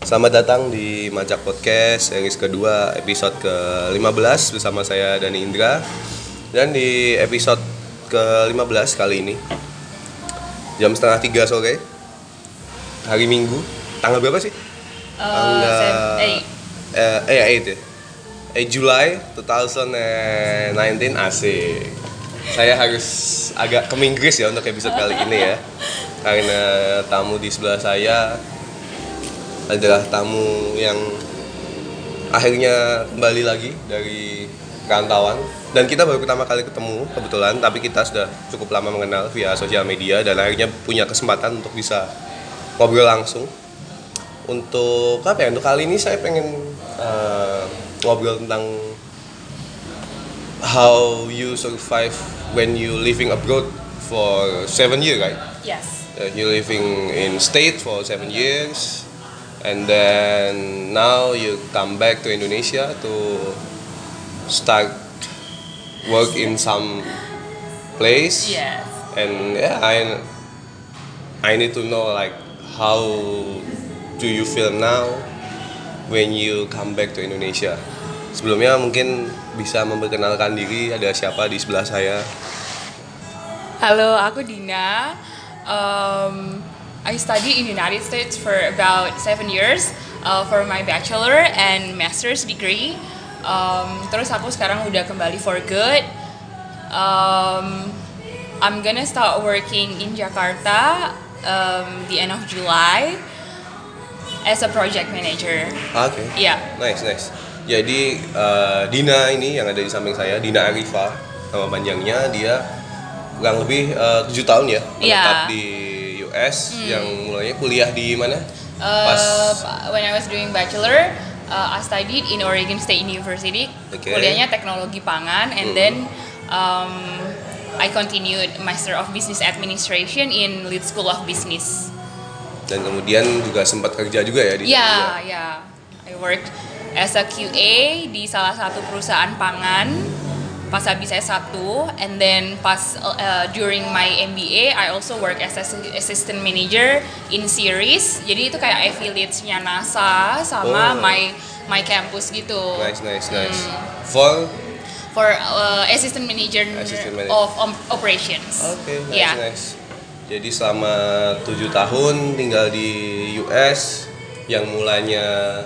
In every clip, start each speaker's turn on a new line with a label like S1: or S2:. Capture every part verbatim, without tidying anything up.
S1: Selamat datang di Majak Podcast series kedua episode ke lima belas bersama saya Dani Indra. Dan di episode ke lima belas kali ini jam setengah tiga sore hari Minggu. Tanggal berapa sih?
S2: Uh,
S1: Tanggal
S2: eight.
S1: Eh, eh eight ya. eight July dua ribu sembilan belas. Asik. Saya harus agak ke Inggris ya untuk episode kali ini ya. Karena tamu di sebelah saya adalah tamu yang akhirnya kembali lagi dari perantauan, dan kita baru pertama kali ketemu kebetulan, tapi kita sudah cukup lama mengenal via sosial media dan akhirnya punya kesempatan untuk bisa ngobrol langsung. Untuk apa ya? Untuk kali ini saya pengen uh, ngobrol tentang how you survive when you living abroad for seven years, right?
S2: Yes.
S1: Uh, you living in state for seven years. And then now you come back to Indonesia to start work in some place.
S2: Yes.
S1: And yeah, I I need to know like how do you feel now when you come back to Indonesia. Sebelumnya mungkin bisa memperkenalkan diri, ada siapa di sebelah saya?
S2: Halo, aku Dina. Um, I study in United States for about seven years uh, for my bachelor and master's degree. Um, terus aku sekarang udah kembali for good. Um, I'm gonna start working in Jakarta um, the end of July as a project manager.
S1: Oke. Okay.
S2: Iya. Yeah.
S1: Nice, nice. Jadi uh, Dina ini yang ada di samping saya, Dina Arifa, nama panjangnya. Dia kurang lebih uh, tujuh tahun ya menetap
S2: yeah.
S1: di U S, hmm. yang mulainya kuliah di mana?
S2: Uh, Pas when I was doing bachelor, uh, I studied in Oregon State University. Okay. Kuliahnya teknologi pangan, and hmm. then um, I continued Master of Business Administration in Leeds School of Business.
S1: Dan kemudian juga sempat kerja juga ya di sana.
S2: Yeah, yeah. I worked as a Q A di salah satu perusahaan pangan pas habis S satu, and then pas uh, during my M B A I also work as assistant manager in series. Jadi itu kayak affiliates-nya NASA sama oh. my my campus gitu.
S1: Nice, nice, nice. Hmm. For
S2: for uh, assistant manager, assistant manager of um, operations.
S1: Oke, okay, nice,
S2: yeah.
S1: nice. Jadi selama tujuh tahun tinggal di U S, yang mulanya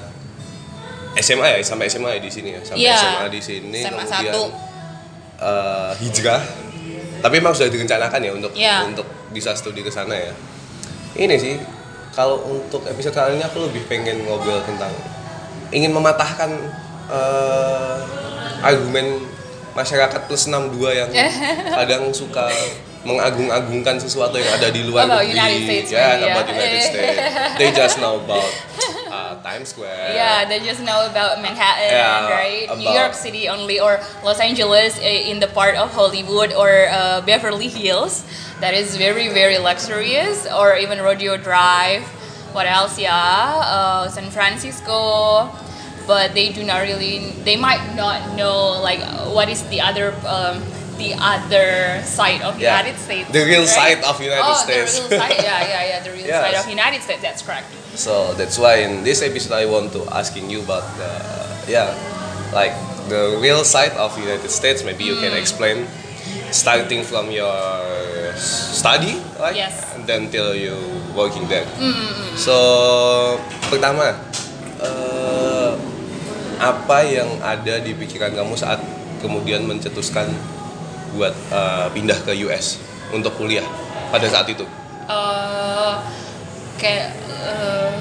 S1: S M A ya, sampai S M A ya di sini ya, sampai yeah. S M A di sini,
S2: S M A
S1: kemudian
S2: satu.
S1: Uh, hijrah, tapi memang sudah direncanakan ya untuk
S2: yeah.
S1: untuk bisa studi ke sana ya. Ini sih kalau untuk episode kali ini aku lebih pengen ngobrol tentang ingin mematahkan uh, argumen masyarakat plus enam puluh dua yang kadang suka mengagung-agungkan sesuatu yang ada di luar
S2: negeri. United States,
S1: ya, yeah, about United States. They just know about uh, Times Square.
S2: Yeah, they just know about Manhattan,
S1: yeah,
S2: right? New York City only, or Los Angeles in the part of Hollywood, or uh, Beverly Hills. That is very, very luxurious. Or even Rodeo Drive. What else? Yeah, uh, San Francisco. But they do not really. They might not know like what is the other. Um, the other side of
S1: yeah.
S2: United States.
S1: The real
S2: right?
S1: side of United
S2: oh,
S1: States.
S2: Oh, the real side, yeah, yeah, yeah, the real yes. side of United States, that's correct.
S1: So that's why in this episode I want to asking you about the, yeah, like the real side of United States. Maybe you mm. can explain, starting from your study, right?
S2: Yes.
S1: And then till you working there.
S2: Mm-hmm.
S1: So, pertama, uh, apa yang ada di pikiran kamu saat kemudian mencetuskan buat uh, pindah ke U S untuk kuliah pada saat itu?
S2: Uh, kayak uh,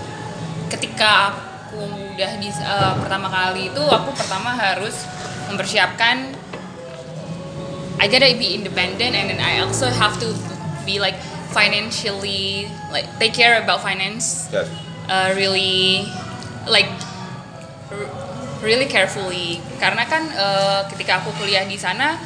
S2: ketika aku udah di uh, pertama kali itu, aku pertama harus mempersiapkan I gotta be independent, and then I also have to be like financially, like take care about finance.
S1: Yes.
S2: Uh, really like r- really carefully, karena kan uh, ketika aku kuliah di sana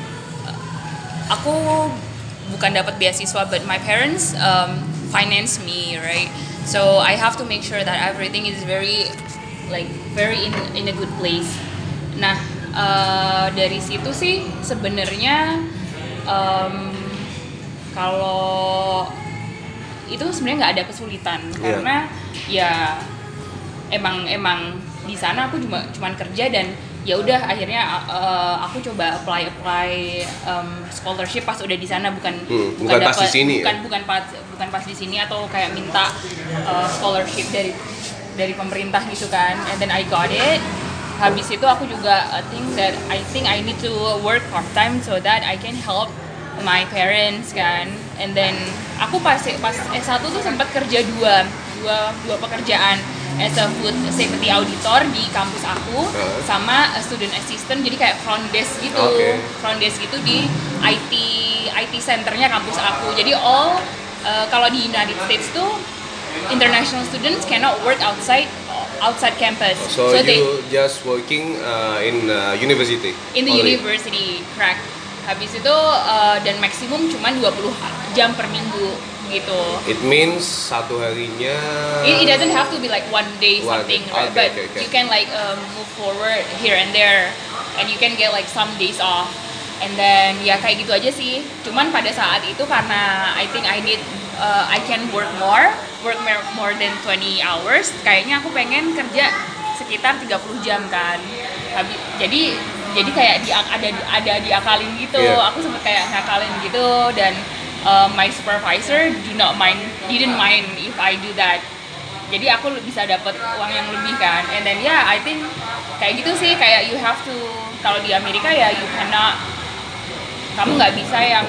S2: aku bukan dapat beasiswa, but my parents um, finance me, right? So I have to make sure that everything is very like very in in a good place. Nah, uh, dari situ sih sebenarnya um, kalau itu sebenarnya nggak ada kesulitan, yeah. Karena ya emang emang di sana aku cuma cuman kerja dan ya udah akhirnya uh, aku coba apply apply um, scholarship pas udah di sana bukan
S1: hmm,
S2: bukan,
S1: bukan pas
S2: dapet,
S1: di sini
S2: bukan
S1: ya?
S2: bukan pas bukan pas di sini atau kayak minta uh, scholarship dari dari pemerintah gitu kan, and then I got it. Habis itu aku juga uh, think that I think I need to work part time so that I can help my parents kan, and then aku pas pas S satu tuh sempat kerja dua dua dua pekerjaan as a food safety auditor di kampus aku
S1: uh.
S2: sama a student assistant, jadi kayak front desk gitu,
S1: okay.
S2: front desk gitu di I T I T centernya kampus aku. Jadi all uh, kalau di United States tuh international students cannot work outside outside campus.
S1: So,
S2: so
S1: you
S2: they,
S1: just working uh, in uh, university?
S2: In the
S1: only?
S2: university, correct. Habis itu uh, dan maksimum cuma dua puluh jam per minggu gitu.
S1: It means satu harinya.
S2: It, it doesn't have to be like one day
S1: one
S2: something,
S1: day.
S2: right?
S1: Okay,
S2: But
S1: okay, okay.
S2: you can like um, move forward here and there, and you can get like some days off. And then ya kayak gitu aja sih. Cuman pada saat itu karena I think I need uh, I can work more, work more, more than twenty hours. Kayaknya aku pengen kerja sekitar tiga puluh jam kan. Habis, jadi jadi kayak di, ada ada diakalin gitu.
S1: Yeah.
S2: Aku sempet kayak ngakalin gitu dan uh, my supervisor do not mind, didn't mind if I do that. Jadi aku bisa dapat uang yang lebih kan. And then yeah, I think kayak gitu sih, kayak you have to, kalau di Amerika ya you cannot, kamu nggak bisa yang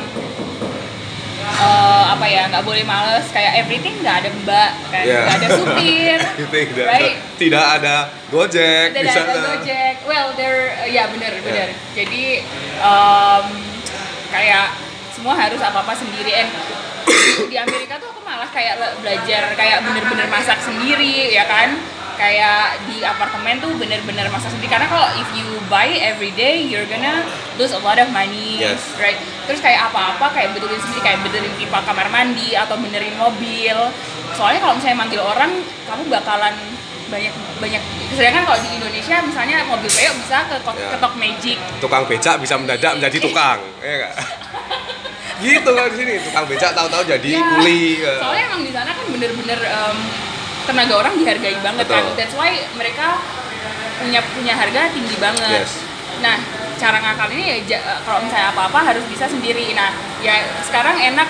S2: uh, apa ya, nggak boleh males, kayak everything nggak ada mbak kan, nggak
S1: Yeah.
S2: ada supir,
S1: tidak,
S2: right?
S1: tidak ada Gojek di
S2: Tidak
S1: sana.
S2: ada Gojek, well there, uh, ya bener bener. Jadi um, kayak semua harus apa apa sendiri. And di Amerika tuh aku malah kayak belajar kayak bener-bener masak sendiri ya kan. Kayak di apartemen tuh bener-bener masak sendiri, karena kalau if you buy every day you're gonna lose a lot of money,
S1: Yes.
S2: right? Terus kayak apa-apa kayak benerin sendiri, kayak benerin pipa kamar mandi atau benerin mobil. Soalnya kalau misalnya manggil orang, kamu bakalan banyak banyak. Sedangkan kalau di Indonesia misalnya mobil peyok bisa ke
S1: Ya.
S2: ketok magic.
S1: Tukang becak bisa mendadak menjadi tukang, ya nggak? Gitu kan di sini, tukang becak tahu-tahu jadi
S2: Ya,
S1: kuli. ya.
S2: soalnya emang di sana kan bener-bener um, tenaga orang dihargai banget.
S1: Betul.
S2: Kan. That's why mereka punya punya harga tinggi banget.
S1: Yes.
S2: Nah, cara ngakalinnya ya ja- kalau misalnya apa-apa harus bisa sendiri. Nah, ya sekarang enak,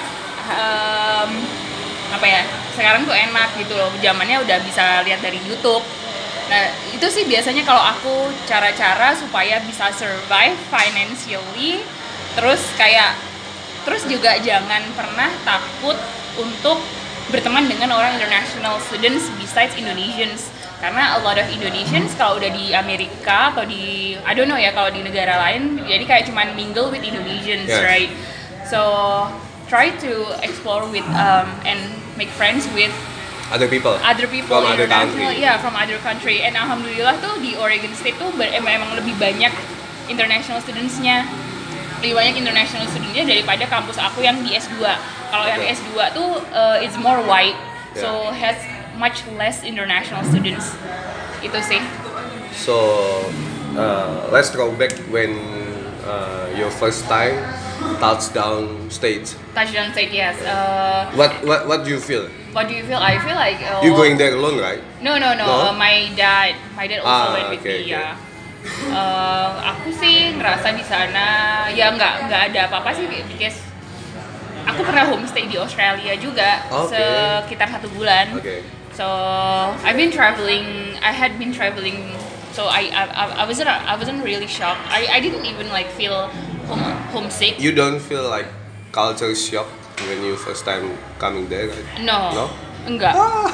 S2: um, apa ya? Sekarang tuh enak gitu loh. Zamannya udah bisa lihat dari YouTube. Nah, itu sih biasanya kalau aku cara-cara supaya bisa survive financially. Terus kayak terus juga jangan pernah takut untuk berteman dengan orang international students besides Indonesians, karena a lot of Indonesians kalau udah di Amerika atau di I don't know ya, kalau di negara lain jadi kayak cuman mingle with Indonesians,
S1: Yes.
S2: right? So try to explore with um, and make friends with
S1: Other people.
S2: other people
S1: From other
S2: international,
S1: country.
S2: yeah, from other country. And alhamdulillah tuh di Oregon State tuh ber- emang, emang lebih banyak international studentsnya, lebih banyak international studentnya daripada kampus aku yang di S dua. Kalau yang
S1: Okay.
S2: S dua tuh uh, it's more white,
S1: Yeah.
S2: so has much less international students. Itu sih.
S1: So uh, let's go back when uh, your first time touchdown stage.
S2: Touchdown state, yes. Uh,
S1: What what what do you feel?
S2: what do you feel? I feel like uh,
S1: You going there alone, right?
S2: No, no, no.
S1: No?
S2: Uh, my dad, my dad also
S1: Ah,
S2: went with
S1: okay,
S2: me.
S1: okay.
S2: Ya. Uh, aku sih ngerasa di sana ya nggak nggak ada apa-apa sih, because aku pernah homestay di Australia juga
S1: Okay.
S2: sekitar satu bulan.
S1: Okay.
S2: So I've been traveling. I had been traveling. So I I, I I wasn't I wasn't really shocked. I, I didn't even like feel home, homesick.
S1: You don't feel like culture shock when you first time coming there, right?
S2: No.
S1: No?
S2: Enggak.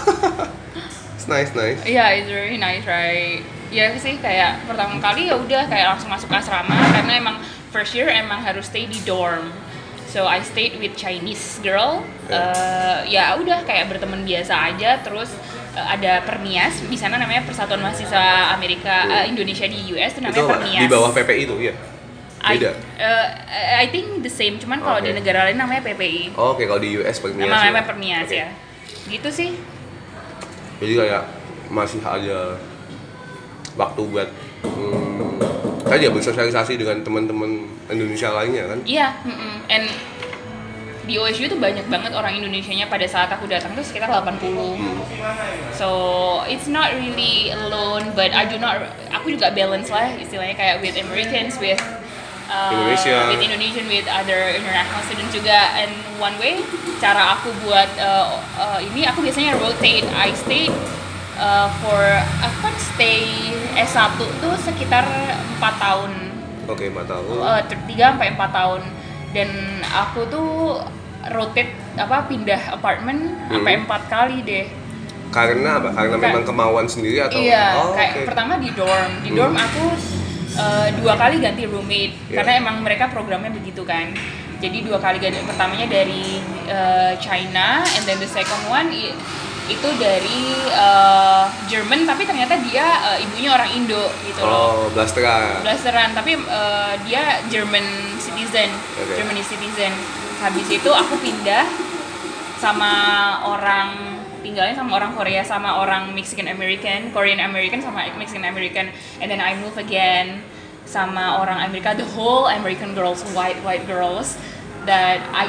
S1: It's nice, nice.
S2: Iya, it's very nice, right? Ya sih, kayak pertama kali ya udah kayak langsung masuk asrama, karena emang first year emang harus stay di dorm. So I stayed with Chinese girl. Uh, ya udah kayak berteman biasa aja. Terus uh, ada Pernias di sana, namanya Persatuan Mahasiswa Amerika uh, Indonesia di U S itu namanya
S1: Itu apa?
S2: Pernias.
S1: Di bawah P P I itu, ya?
S2: I,
S1: Beda?
S2: uh, I think the same, cuman kalau
S1: Okay.
S2: di negara lain namanya P P I.
S1: Oh, Oke, kalau di U S Pernias.
S2: Nama
S1: ya?
S2: namanya Pernias
S1: Oke.
S2: ya. Gitu sih.
S1: Jadi kayak masih ada waktu buat hmm, aja bersosialisasi dengan teman-teman Indonesia lainnya kan?
S2: Iya, mm-mm. And di O S U tuh banyak banget orang Indonesianya pada saat aku datang tuh sekitar delapan puluh. So it's not really alone, but I do not. Aku juga balance lah istilahnya kayak with Americans, with uh,
S1: Indonesia.
S2: with Indonesian, with other international students juga. And one way cara aku buat uh, uh, ini aku biasanya rotate. I stay uh, for aku kan stay S satu tuh sekitar empat tahun.
S1: Oke, empat tahun.
S2: Uh, tiga sampai empat tahun. Dan aku tuh rotate apa pindah apartemen
S1: Hmm.
S2: sampai empat kali deh.
S1: Karena apa? Karena
S2: Ka-
S1: memang kemauan sendiri atau?
S2: Iya,
S1: Oh,
S2: kayak
S1: oke.
S2: pertama di dorm. Di
S1: Hmm.
S2: dorm aku uh, dua kali ganti roommate
S1: Iya.
S2: karena emang mereka programnya begitu kan. Jadi dua kali ganti. Pertamanya dari uh, China, and then the second one i- itu dari uh, Jerman, tapi ternyata dia uh, ibunya orang Indo gitu loh.
S1: Oh, blasteran.
S2: Blasteran, tapi uh, dia German citizen,
S1: Oke.
S2: Germany citizen. Habis itu aku pindah sama orang tinggalnya sama orang Korea sama orang Mexican American, Korean American sama Mexican American, and then I move again sama orang Amerika, the whole American girls, white white girls that I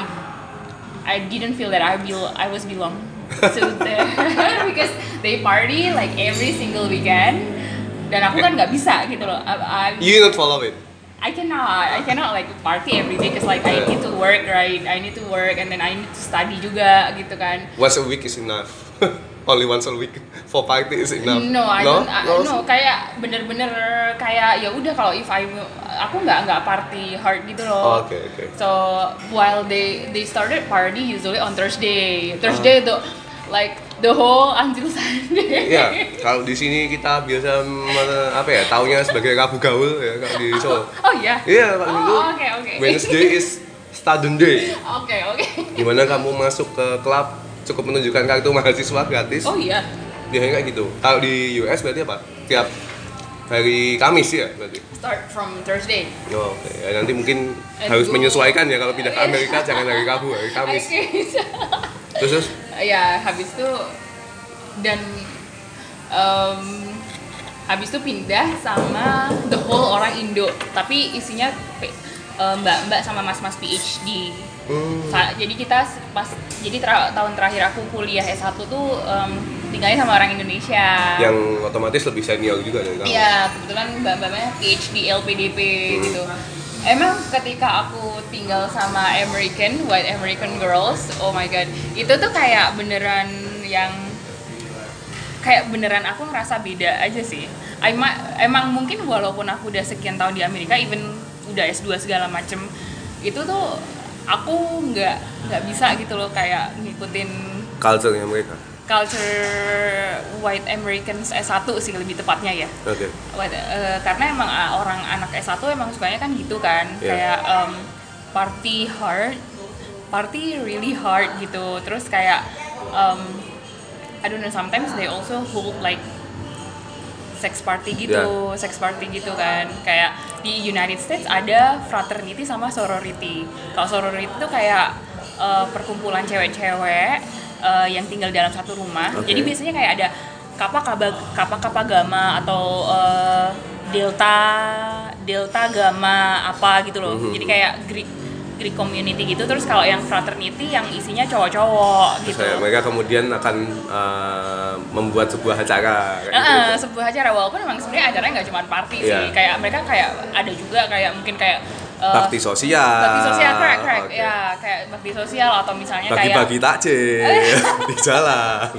S2: I didn't feel that I be I was belong to there because they party like every single weekend dan aku kan nggak bisa gitu loh. I, I,
S1: You not follow it.
S2: I cannot, I cannot like party every day because like I need to work, right? I need to work and then I need to study juga gitu kan.
S1: Once a week is enough. Only once a week for party is enough.
S2: No, I
S1: no?
S2: don't, I,
S1: No?
S2: no, kayak bener-bener kayak ya udah kalau if I aku nggak nggak party hard gitu
S1: Oh,
S2: loh.
S1: oke, oke.
S2: So while they they started party usually on Thursday, Thursday tuh like the whole until Sunday.
S1: Iya, kalau di sini kita biasa me- apa ya, taunya sebagai Rabu Gaul ya kalau di Solo.
S2: Oh iya.
S1: Iya, kalau
S2: Oh,
S1: itu
S2: oke, oke.
S1: Wednesday is student day.
S2: Oke oke.
S1: Dimana kamu masuk ke klub cukup menunjukkan kartu mahasiswa gratis.
S2: Oh iya.
S1: Biasanya kayak gitu. Kalau di U S berarti apa? Tiap hari Kamis ya berarti.
S2: Start from Thursday.
S1: Oh, oke. Ya, nanti mungkin
S2: And
S1: harus
S2: go-
S1: menyesuaikan ya kalau pindah ke Amerika jangan hari Rabu, hari Kamis.
S2: Oke.
S1: Terus terus
S2: Ya habis itu dan um, habis itu pindah sama the whole orang Indo tapi isinya pe- eh, mbak-mbak sama mas-mas P H D.
S1: hmm,
S2: Sa- jadi kita pas jadi tra- tahun terakhir aku kuliah S satu tuh um, tinggalnya sama orang Indonesia.
S1: yang otomatis lebih senior juga dari kamu.
S2: Iya, kebetulan mbak-mbaknya P H D, L P D P
S1: Hmm.
S2: gitu. Emang ketika aku tinggal sama American, white American girls, oh my god, itu tuh kayak beneran yang kayak beneran aku ngerasa beda aja sih. Emang, emang mungkin walaupun aku udah sekian tahun di Amerika, even udah S dua segala macem, itu tuh aku nggak nggak bisa gitu loh kayak ngikutin
S1: Culture-nya mereka.
S2: culture white Americans S satu sih lebih tepatnya ya.
S1: Oke.
S2: White, eh, karena emang uh, orang anak S satu emang sukanya kan gitu kan.
S1: Iya.
S2: Kayak um, party hard, party really hard gitu. Terus kayak um, I don't know, sometimes they also hold like sex party gitu, sex party gitu kan. Kayak di United States ada fraternity sama sorority. Kalau sorority itu kayak uh, perkumpulan cewek-cewek uh, yang tinggal dalam satu rumah.
S1: Oke.
S2: Jadi biasanya kayak ada kapa kaba kapa kapa gama atau uh, delta delta gama apa gitu loh.
S1: Mhm.
S2: Jadi kayak Greek Greek community gitu. Terus kalau yang fraternity yang isinya cowok-cowok
S1: Terus
S2: gitu.
S1: kayak mereka kemudian akan uh, membuat sebuah acara kayak
S2: Heeh,
S1: gitu.
S2: sebuah acara walaupun emang sebenarnya acaranya nggak cuma party sih.
S1: Iya.
S2: Kayak mereka kayak ada juga kayak mungkin kayak uh,
S1: Bakti sosial.
S2: bakti sosial crack crack
S1: Oke.
S2: ya kayak bakti sosial atau misalnya
S1: Bagi-bagi
S2: kayak
S1: takjil di jalan.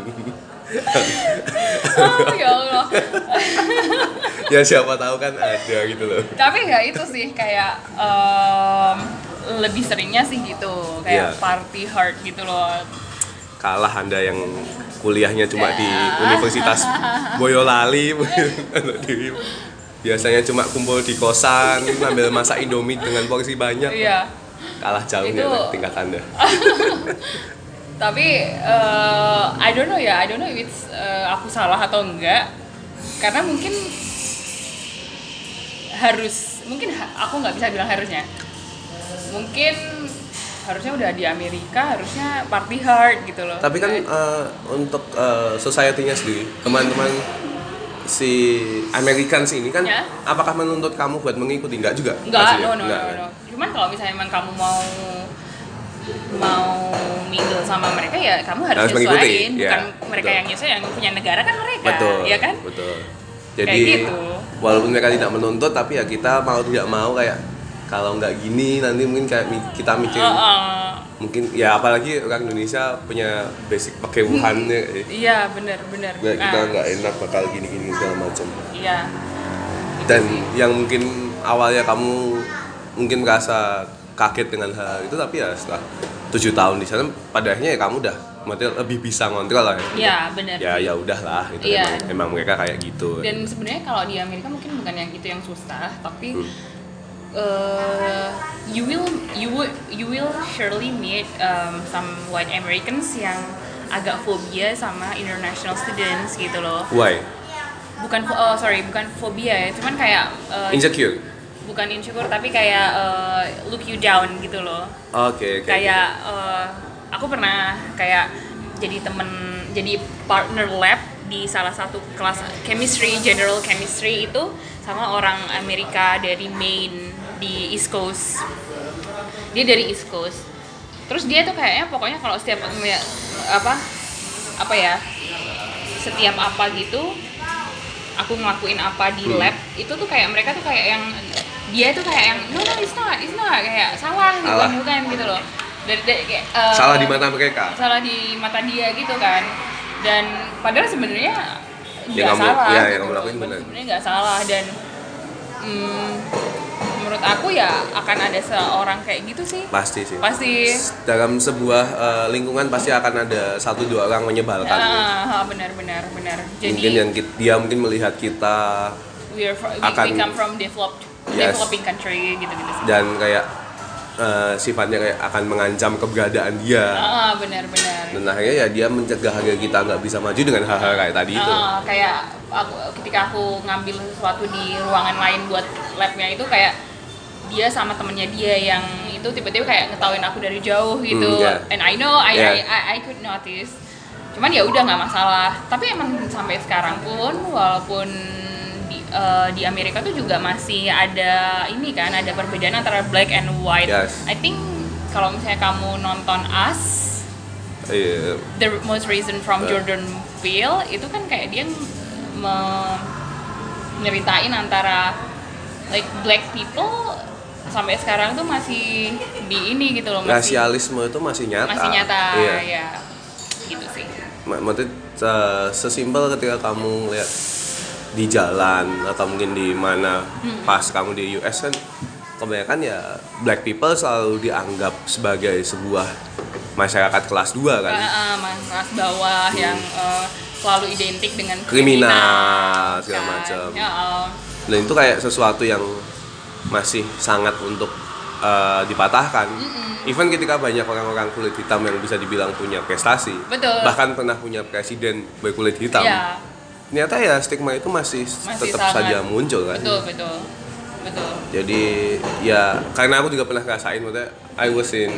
S2: oh ya Allah.
S1: Ya siapa tahu kan ada gitu loh.
S2: Tapi ya itu sih kayak um, lebih seringnya sih gitu kayak
S1: Iya.
S2: party hard gitu loh.
S1: Kalah Anda yang kuliahnya cuma di
S2: Ya.
S1: Universitas Boyolali. Di- biasanya cuma kumpul di kosan, ngambil masak Indomie dengan porsi banyak.
S2: Iya.
S1: Kalah jauhnya
S2: Itu-
S1: lah tingkat Anda.
S2: Tapi uh, I don't know ya, I don't know if it's uh, aku salah atau enggak. Karena mungkin harus, mungkin ha- aku nggak bisa bilang harusnya. Mungkin harusnya udah di Amerika, harusnya party hard gitu loh.
S1: Tapi kan eh, untuk eh, society-nya sendiri, teman-teman si Americans ini kan
S2: Ya.
S1: apakah menuntut kamu buat mengikuti? Enggak juga?
S2: Enggak,
S1: pastinya?
S2: no, no,
S1: Enggak,
S2: no,
S1: kan?
S2: no. Cuman kalau misalnya emang kamu mau mau mingle sama mereka ya kamu harus,
S1: Harus mengikuti,
S2: nyesuaiin,
S1: ya,
S2: bukan mereka
S1: betul.
S2: yang nyesuaiin, yang punya negara kan mereka,
S1: Betul,
S2: ya kan?
S1: betul.
S2: Kayak
S1: Jadi
S2: gitu.
S1: walaupun mereka tidak menuntut, tapi ya kita mau tidak mau kayak kalau nggak gini nanti mungkin kayak mi- kita mikir
S2: Uh, uh,
S1: mungkin ya apalagi orang Indonesia punya basic pakewuhannya, eh.
S2: iya benar benar.
S1: Nggak, kita
S2: Ah,
S1: nggak enak bakal gini-gini segala macam.
S2: Iya. Itu
S1: Dan
S2: sih.
S1: yang mungkin awalnya kamu mungkin merasa kaget dengan hal itu, tapi ya setelah tujuh tahun di sana pada akhirnya ya kamu udah maksudnya lebih bisa ngontrol lah ya.
S2: Iya benar.
S1: Ya ya udahlah itu
S2: Iya.
S1: emang, emang mereka kayak gitu.
S2: Dan sebenarnya kalau di Amerika mungkin bukan yang itu yang susah, tapi
S1: Hmm.
S2: uh, you will you would you will surely meet um, some white Americans yang agak fobia sama international students gitu loh.
S1: Why?
S2: Bukan fo- oh sorry bukan fobia ya, cuman kayak uh,
S1: Insecure.
S2: bukan insecure tapi kayak uh, look you down gitu loh.
S1: Oke oke.
S2: Kayak uh, aku pernah kayak jadi temen jadi partner lab di salah satu kelas chemistry, general chemistry itu sama orang Amerika dari Maine di East Coast. Dia dari East Coast. Terus dia tuh kayaknya pokoknya kalau setiap ngeliat apa apa ya setiap apa gitu aku ngelakuin apa di lab itu tuh kayak mereka tuh kayak yang dia tuh kayak yang no no it's not it's not kayak salah bukan
S1: Salah.
S2: bukan gitu loh dari, dari kayak, eh,
S1: Salah di mata mereka.
S2: salah di mata dia gitu kan dan padahal sebenarnya
S1: Ya,
S2: nggak
S1: kamu-
S2: salah
S1: ya, yang
S2: gitu
S1: kamu
S2: loh.
S1: lakuin benar.
S2: Sebenarnya nggak salah dan hmm, menurut aku ya akan ada seorang kayak gitu sih
S1: Pasti sih.
S2: pasti
S1: Dalam sebuah eh, lingkungan pasti akan ada satu dua orang menyebalkan.
S2: ah benar benar benar jadi
S1: Mungkin yang kit- dia mungkin melihat kita
S2: we, are, fro- we,
S1: akan-
S2: we come from developed
S1: Yes.
S2: developing country gitu gitu
S1: dan kayak eh, sifatnya kayak akan mengancam keberadaan dia.
S2: ah benar benar
S1: Dan akhirnya ya dia mencegah agar kita nggak bisa maju dengan hal-hal kayak tadi itu.
S2: Ah, kayak aku ketika aku ngambil sesuatu di ruangan lain buat labnya itu kayak dia sama temennya dia yang itu tiba-tiba kayak ngetawain aku dari jauh gitu
S1: Hmm, yeah.
S2: and I know I,
S1: Yeah.
S2: I, I I could notice cuman ya udah nggak masalah tapi emang sampai sekarang pun walaupun di, eh, di Amerika tuh juga masih ada ini kan ada perbedaan antara black and white.
S1: Yes.
S2: I think kalau misalnya kamu nonton Us
S1: Iya.
S2: The Most Recent from
S1: Uh.
S2: Jordan Peele itu kan kayak dia me- nyeritain antara like black people sampai sekarang tuh masih di ini gitu loh masih
S1: Rasialisme itu masih nyata.
S2: masih nyata
S1: Iya.
S2: ya gitu sih.
S1: Ma- Maksudnya eh, sesimpel ketika kamu ngeliat di jalan atau mungkin di mana
S2: Hmm.
S1: pas kamu di U S kan kebanyakan ya black people selalu dianggap sebagai sebuah masyarakat kelas dua kan.
S2: Uh, uh, kelas bawah yang uh, selalu identik dengan
S1: Kriminal, segala
S2: kan.
S1: macam.
S2: Ya, uh,
S1: Dan itu kayak sesuatu yang masih sangat untuk eh, dipatahkan. Even ketika banyak orang-orang kulit hitam yang bisa dibilang punya prestasi,
S2: Betul.
S1: bahkan pernah punya presiden berkulit hitam,
S2: ya,
S1: ternyata ya stigma itu masih,
S2: masih
S1: tetap
S2: sangat-
S1: saja muncul kan.
S2: Betul betul betul.
S1: Jadi ya karena aku juga pernah ngerasain, maksudnya I was in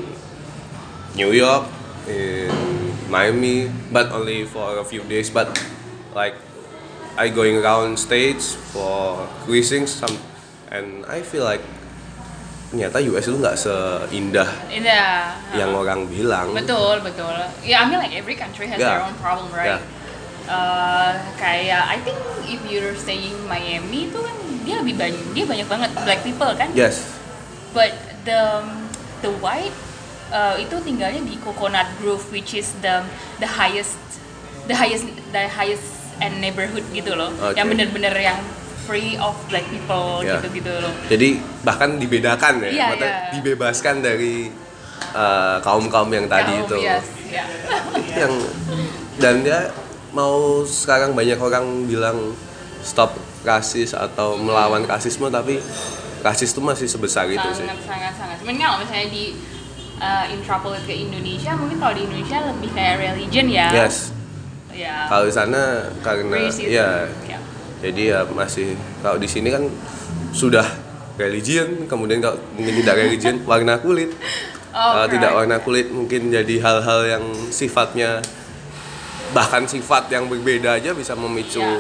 S1: New York, in Miami, but only for a few days. But like I going around states for cruising some, and I feel like ternyata U S itu nggak seindah
S2: Iya.
S1: yang orang bilang.
S2: Betul, betul. Ya, I mean like every country has
S1: Yeah.
S2: their own problem, right?
S1: Yeah.
S2: Uh, kayak I think if you're staying Miami itu kan dia lebih banyak dia banyak banget black people kan.
S1: Yes.
S2: But the the white uh, itu tinggalnya di Coconut Grove which is the the highest the highest the highest and neighborhood gitu loh.
S1: Okay.
S2: Yang bener-bener yang free of black people
S1: Yeah.
S2: gitu-gitu loh.
S1: Jadi bahkan dibedakan ya,
S2: Iya,
S1: maksudnya
S2: iya.
S1: dibebaskan dari uh, kaum-kaum yang tadi
S2: Ya,
S1: itu.
S2: yes, ya.
S1: yang dan dia mau sekarang banyak orang bilang stop rasis atau melawan rasisme, tapi rasis itu masih sebesar itu sih.
S2: sangat sangat sangat cuman kalau misalnya di uh, intrapolate ke Indonesia mungkin kalau di Indonesia lebih kayak religion ya
S1: Yes.
S2: ya
S1: Kalau di sana karena
S2: racism.
S1: ya
S2: Ya.
S1: jadi ya masih, kalau di sini kan sudah religion, kemudian kalau mungkin tidak religion warna kulit.
S2: Oh,
S1: Kalau tidak
S2: right.
S1: warna kulit mungkin jadi hal-hal yang sifatnya bahkan sifat yang berbeda aja bisa memicu
S2: Ya.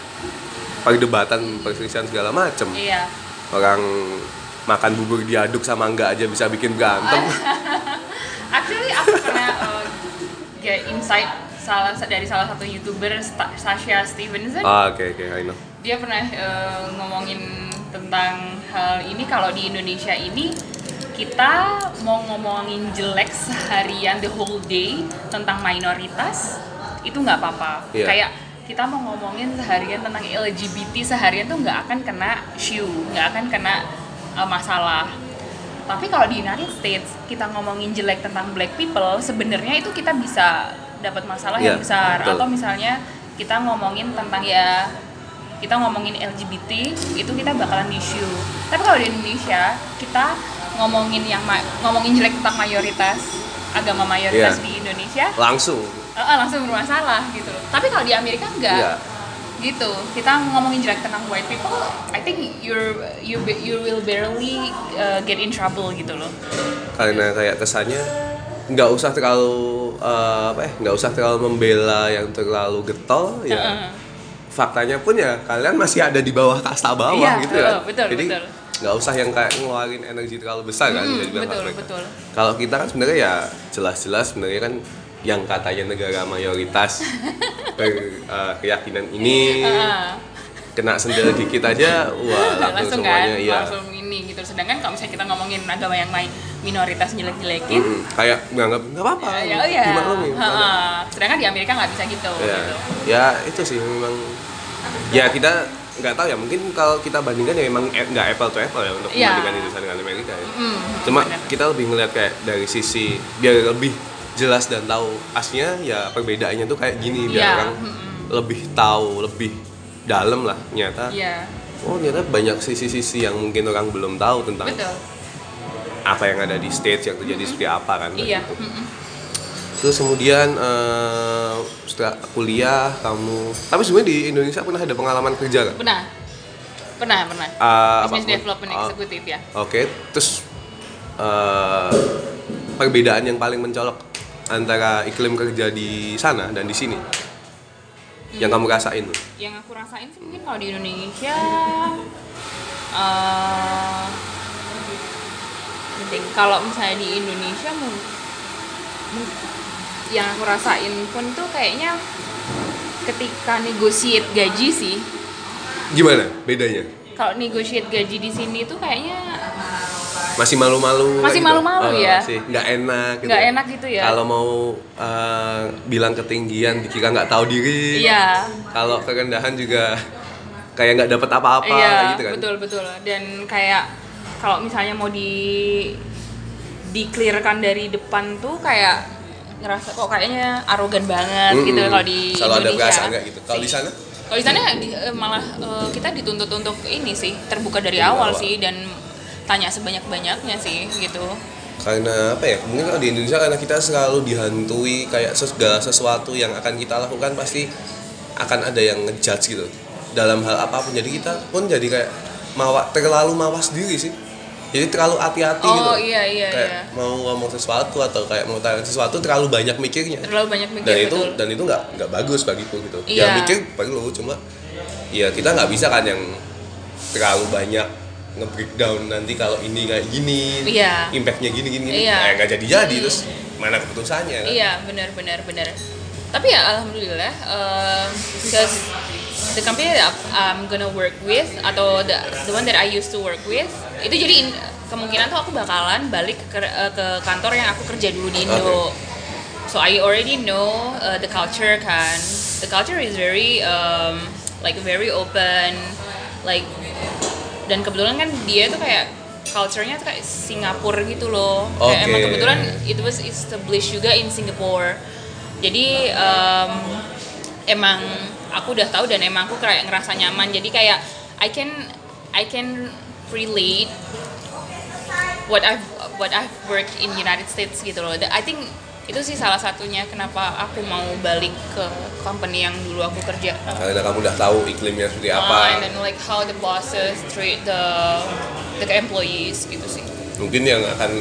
S1: perdebatan, perselisihan segala macam.
S2: Iya
S1: Orang makan bubur diaduk sama enggak aja bisa bikin berantem.
S2: Actually aku pernah uh, get insight salah dari salah satu youtuber Sta- Sasha Stevenson.
S1: Ah, oke okay, oke, okay, I know.
S2: Dia pernah uh, ngomongin tentang hal ini, kalau di Indonesia ini kita mau ngomongin jelek seharian the whole day tentang minoritas itu nggak apa-apa.
S1: Yeah.
S2: Kayak kita mau ngomongin seharian tentang L G B T seharian tuh nggak akan kena issue, nggak akan kena uh, masalah. Tapi kalau di United States kita ngomongin jelek tentang black people, sebenarnya itu kita bisa dapat masalah
S1: Yeah,
S2: yang besar.
S1: betul.
S2: Atau misalnya kita ngomongin tentang ya kita ngomongin L G B T itu kita bakalan issue. Tapi kalau di Indonesia kita ngomongin yang ma- ngomongin jelek tentang mayoritas agama mayoritas
S1: Yeah.
S2: di Indonesia
S1: Langsung.
S2: uh, uh, langsung bermasalah gitu. Tapi kalau di Amerika enggak.
S1: Iya.
S2: Gitu. Kita ngomongin jelek tentang white people, I think you're you be- you will barely uh, get in trouble gitu loh.
S1: Karena kayak kesannya nggak usah terlalu uh, apa ya, nggak usah terlalu membela yang terlalu getol ya.
S2: Uh-uh.
S1: Faktanya pun ya kalian masih ada di bawah kasta bawah
S2: Iya,
S1: gitu kan.
S2: uh, betul,
S1: Jadi
S2: betul.
S1: nggak usah yang kayak ngeluarin energi terlalu besar kan.
S2: Hmm,
S1: jadi bilang
S2: betul,
S1: mereka.
S2: betul.
S1: Kalau kita kan sebenarnya ya jelas-jelas sebenarnya kan yang katanya negara mayoritas ber, uh, keyakinan ini
S2: Uh-uh.
S1: kena sendal dikit aja, wah langsung,
S2: langsung kan,
S1: semuanya iya.
S2: langsung ini gitu. Sedangkan kalau misalnya kita ngomongin agama yang main minoritas jelek-jelekin,
S1: Mm-mm. Kayak nganggap nggak apa-apa,
S2: ya oh ya.
S1: dimaklumin.
S2: Heeh. Sedangkan di Amerika nggak bisa gitu.
S1: Ya,
S2: gitu.
S1: ya itu sih memang. Ya kita nggak tahu ya, mungkin kalau kita bandingkan ya memang e- nggak apple to apple ya untuk
S2: Iya.
S1: membandingkan Indonesia dengan Amerika ya.
S2: Mm,
S1: Cuma
S2: benar.
S1: kita lebih ngeliat kayak dari sisi biar lebih jelas dan tahu aslinya ya perbedaannya tuh kayak gini biar
S2: Iya,
S1: orang
S2: mm-mm.
S1: lebih tahu lebih dalam lah ternyata.
S2: Iya,
S1: Oh ternyata banyak sisi-sisi yang mungkin orang belum tahu tentang
S2: betul.
S1: apa yang ada di stage yang terjadi seperti apa kan.
S2: Iya.
S1: gitu.
S2: mm-mm.
S1: Terus kemudian eh, setelah kuliah kamu, tapi sebenarnya di Indonesia pernah ada pengalaman kerja kan?
S2: Pernah. Pernah, pernah.
S1: Ah,
S2: Business
S1: apa-
S2: development
S1: ah,
S2: executive ya.
S1: Oke, terus eh, perbedaan yang paling mencolok antara iklim kerja di sana dan di sini yang kamu rasain tuh?
S2: Yang aku rasain sih mungkin kalau di Indonesia eh penting. Kalau misalnya di Indonesia mu- mu- yang aku rasain pun tuh kayaknya ketika negotiate gaji sih.
S1: Gimana bedanya?
S2: Kalau negotiate gaji di sini tuh kayaknya
S1: Masih malu-malu?
S2: Masih
S1: kayak gitu?
S2: malu-malu
S1: Oh,
S2: ya.
S1: Masih nggak enak gitu?
S2: nggak enak gitu ya.
S1: Kalau mau eh, bilang ketinggian dikira nggak tahu diri.
S2: Iya.
S1: Kalau kerendahan juga kayak nggak dapat apa-apa
S2: Iya,
S1: kayak gitu kan?
S2: betul betul. Dan kayak kalau misalnya mau di di-clearkan dari depan tuh kayak ngerasa kok kayaknya arogan banget gitu
S1: Mm-mm.
S2: kalau di
S1: Selalu ada
S2: Indonesia.
S1: perasaan nggak gitu. Kalau di sana?
S2: Kalau di sana di- eh, malah eh, kita dituntut untuk ini sih, terbuka dari
S1: Dari
S2: awal
S1: awal.
S2: sih dan tanya sebanyak-banyaknya sih gitu.
S1: Karena apa ya, mungkin kalau di Indonesia karena kita selalu dihantui kayak segala sesuatu yang akan kita lakukan pasti akan ada yang ngejudge gitu dalam hal apapun, jadi kita pun jadi kayak mawa, terlalu mawas diri sih, jadi terlalu hati-hati
S2: Oh,
S1: gitu
S2: iya, iya,
S1: kayak
S2: iya.
S1: mau ngomong sesuatu atau kayak mau tanya sesuatu terlalu banyak mikirnya
S2: Terlalu banyak mikir,
S1: dan itu
S2: betul.
S1: dan itu nggak nggak bagus bagiku gitu.
S2: Iya.
S1: Ya mikir perlu, cuma ya kita nggak bisa kan yang terlalu banyak nge-breakdown nanti kalau ini kayak gini,
S2: Iya.
S1: impactnya gini gini gini,
S2: Iya.
S1: eh, nggak jadi-jadi
S2: Hmm.
S1: terus mana keputusannya kan?
S2: Iya, benar benar benar. Tapi ya alhamdulillah, um, because the company that I'm gonna work with atau the the one that I used to work with itu jadi in- kemungkinan tuh aku bakalan balik ke eh, ke kantor yang aku kerja dulu di Indo. So I already know uh, the culture kan. The culture is very um, like very open, like dan kebetulan kan dia tuh kayak culture-nya tuh kayak Singapura gitu loh. Kayak
S1: Oke.
S2: emang kebetulan it was established juga in Singapore. Jadi um, emang aku udah tahu dan emang aku kayak ngerasa nyaman. Jadi kayak I can I can relate what I've what I've worked in United States gitu loh. I think itu sih salah satunya kenapa aku mau balik ke company yang dulu aku kerja.
S1: Karena kamu udah tahu iklimnya seperti
S2: Uh,
S1: apa.
S2: and then like how the bosses treat the the employees gitu sih.
S1: Mungkin yang akan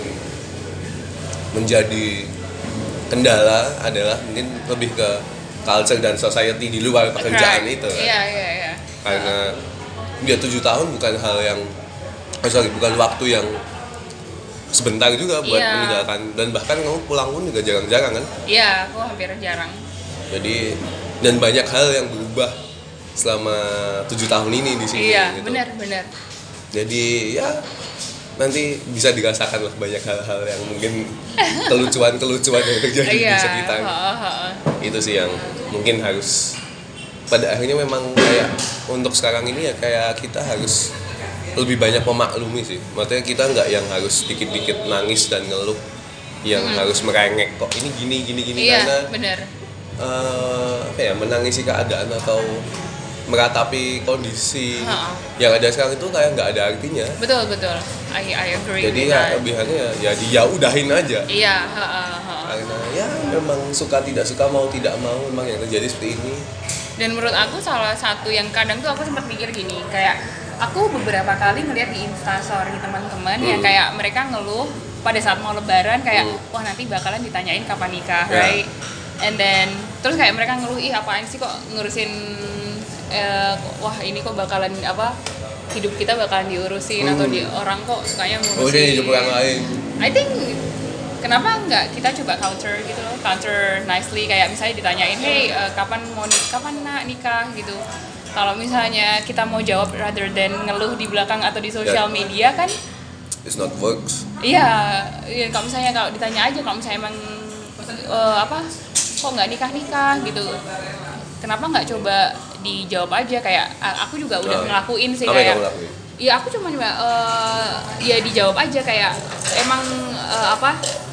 S1: menjadi kendala adalah mungkin lebih ke culture dan society di luar pekerjaan
S2: Right.
S1: itu kan.
S2: Iya iya iya.
S1: Karena dia tujuh tahun bukan hal yang, oh sorry, bukan waktu yang sebentar juga buat
S2: Iya.
S1: meninggalkan, dan bahkan kamu pulang pun juga jarang-jarang kan.
S2: Iya, aku hampir jarang.
S1: Jadi dan banyak hal yang berubah selama tujuh tahun ini di sini.
S2: Iya,
S1: gitu.
S2: benar benar.
S1: Jadi ya nanti bisa dirasakan lah banyak hal-hal yang mungkin kelucuan-kelucuan yang terjadi
S2: Iya,
S1: di sekitar.
S2: ha, ha, ha.
S1: Itu sih yang mungkin harus pada akhirnya memang kayak untuk sekarang ini ya kayak kita harus lebih banyak memaklumi sih. Maksudnya kita nggak yang harus dikit-dikit nangis dan ngeluh, yang
S2: Hmm.
S1: harus merengek kok ini gini gini gini
S2: Iya,
S1: karena
S2: benar.
S1: eh, apa ya menangisi keadaan atau meratapi kondisi
S2: Ha.
S1: yang ada sekarang itu kayak nggak ada artinya.
S2: Betul betul. I I agree
S1: Jadi
S2: with
S1: ya
S2: that.
S1: lebihannya ya dia udahin aja.
S2: Iya, ha, ha, ha.
S1: Karena ya memang suka tidak suka mau tidak mau memang yang terjadi seperti ini.
S2: Dan menurut aku salah satu yang kadang tuh aku sempat mikir gini, kayak aku beberapa kali ngeliat di instastory teman-teman yang
S1: Hmm.
S2: kayak mereka ngeluh pada saat mau lebaran kayak
S1: Hmm.
S2: wah nanti bakalan ditanyain kapan nikah,
S1: Ya.
S2: right? And then terus kayak mereka ngeluh ih apaan sih kok ngurusin eh, wah ini kok bakalan apa hidup kita bakalan diurusin
S1: Hmm.
S2: atau di orang kok sukanya ngurusin.
S1: Oh ini hidup orang lain.
S2: I think kenapa nggak kita coba counter gitu loh, counter nicely kayak misalnya ditanyain, hey eh, kapan mau nik kapan nak nikah gitu. Kalau misalnya kita mau jawab rather than ngeluh di belakang atau di sosial
S1: Ya.
S2: media kan,
S1: It's not works.
S2: iya, ya, kalau misalnya kalau ditanya aja kalau misalnya emang eh, apa, kok nggak nikah nikah gitu, kenapa nggak coba dijawab aja kayak "Ah, aku juga udah
S1: Oh.
S2: ngelakuin sih
S1: Apa yang
S2: kayak
S1: kamu lakuin?
S2: ya aku cuma cuma eh, ya dijawab aja kayak emang eh, apa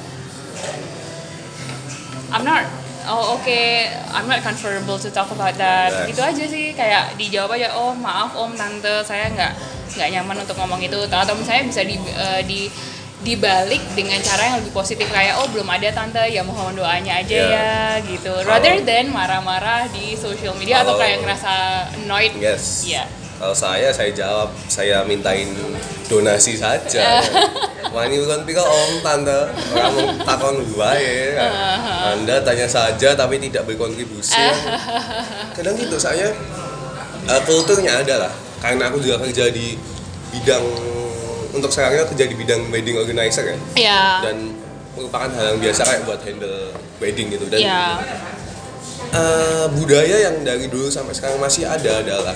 S2: I'm not oh oke I'm not comfortable to talk about that
S1: Yes.
S2: gitu aja sih kayak dijawab aja oh maaf om tante saya nggak nggak nyaman untuk ngomong itu atau misalnya bisa di eh, di dibalik dengan cara yang lebih positif kayak oh belum ada tante ya mohon doanya aja
S1: Ya.
S2: ya gitu rather than marah-marah di social media atau
S1: Kalau-
S2: kayak ngerasa annoyed.
S1: Yes.
S2: Iya.
S1: Kalau saya, saya jawab, saya mintain donasi saja. Wah ini bukan pikir om tante, kamu takon gue ya. Anda tanya saja tapi tidak berkontribusi. Kadang gitu, saya uh, kulturnya adalah karena aku juga kerja di bidang untuk sekarangnya kerja di bidang wedding organizer ya.
S2: Iya.
S1: Dan merupakan hal yang biasa kayak buat handle wedding gitu dan
S2: Iya.
S1: uh, budaya yang dari dulu sampai sekarang masih ada adalah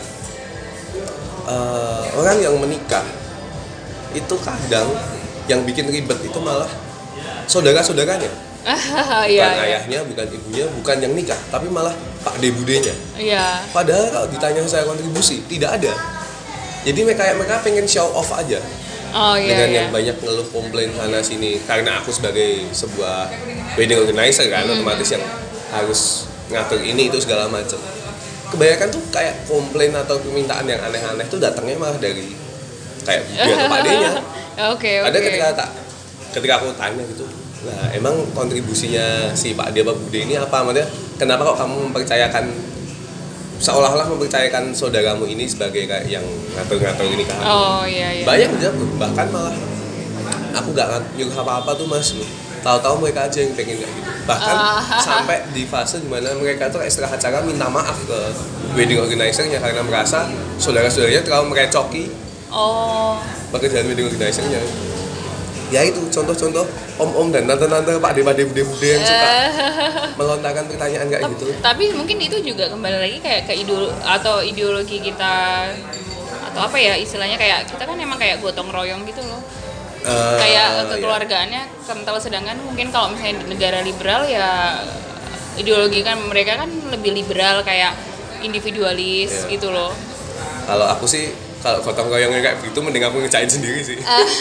S1: uh, orang yang menikah itu kadang yang bikin ribet itu malah saudara-saudaranya,
S2: Iya.
S1: bukan ayahnya, bukan ibunya, bukan yang nikah, tapi malah pak de budenya.
S2: Iya.
S1: Padahal kalau ditanya saya kontribusi tidak ada. Jadi mereka mereka pengen show off aja
S2: Oh iya.
S1: dengan
S2: iya.
S1: yang banyak ngeluh komplain sana sini. Karena aku sebagai sebuah wedding organizer kan, otomatis yang harus ngatur ini itu segala macam. Kebanyakan tuh kayak komplain atau permintaan yang aneh-aneh tuh datangnya malah dari kayak dia ke padenya.
S2: Oke oke.
S1: Ada ketika tak ketika aku tanya gitu, nah emang kontribusinya si Pak Dia Pak Bude ini apa? Maksudnya kenapa kok kamu mempercayakan seolah-olah mempercayakan saudaramu ini sebagai kayak yang ngatur-ngatur ini kan?
S2: Oh iya iya.
S1: Banyak aja bahkan malah aku gak nyuruh apa-apa tuh mas, tahu-tahu mereka aja yang pengen kayak gitu. Bahkan
S2: Ah.
S1: sampai di fase dimana mereka tuh setelah acara minta maaf ke wedding organizer-nya karena merasa saudara-saudaranya terlalu merecoki
S2: Oh.
S1: pekerjaan wedding organizer-nya. Ya itu contoh-contoh om-om dan tante-tante pak de-pak de-bude yang suka melontarkan pertanyaan kayak gitu.
S2: Tapi mungkin itu juga kembali lagi kayak ke ideolo atau ideologi kita atau apa ya istilahnya kayak kita kan emang kayak gotong royong gitu loh.
S1: Eh,
S2: Kayak
S1: ya.
S2: kekeluargaannya kental sedangkan mungkin kalau misalnya di negara liberal ya ideologi kan mereka kan lebih liberal kayak individualis
S1: Iya.
S2: gitu loh.
S1: Kalau aku sih kalau gotong royongnya kayak begitu mending aku ngecain sendiri sih.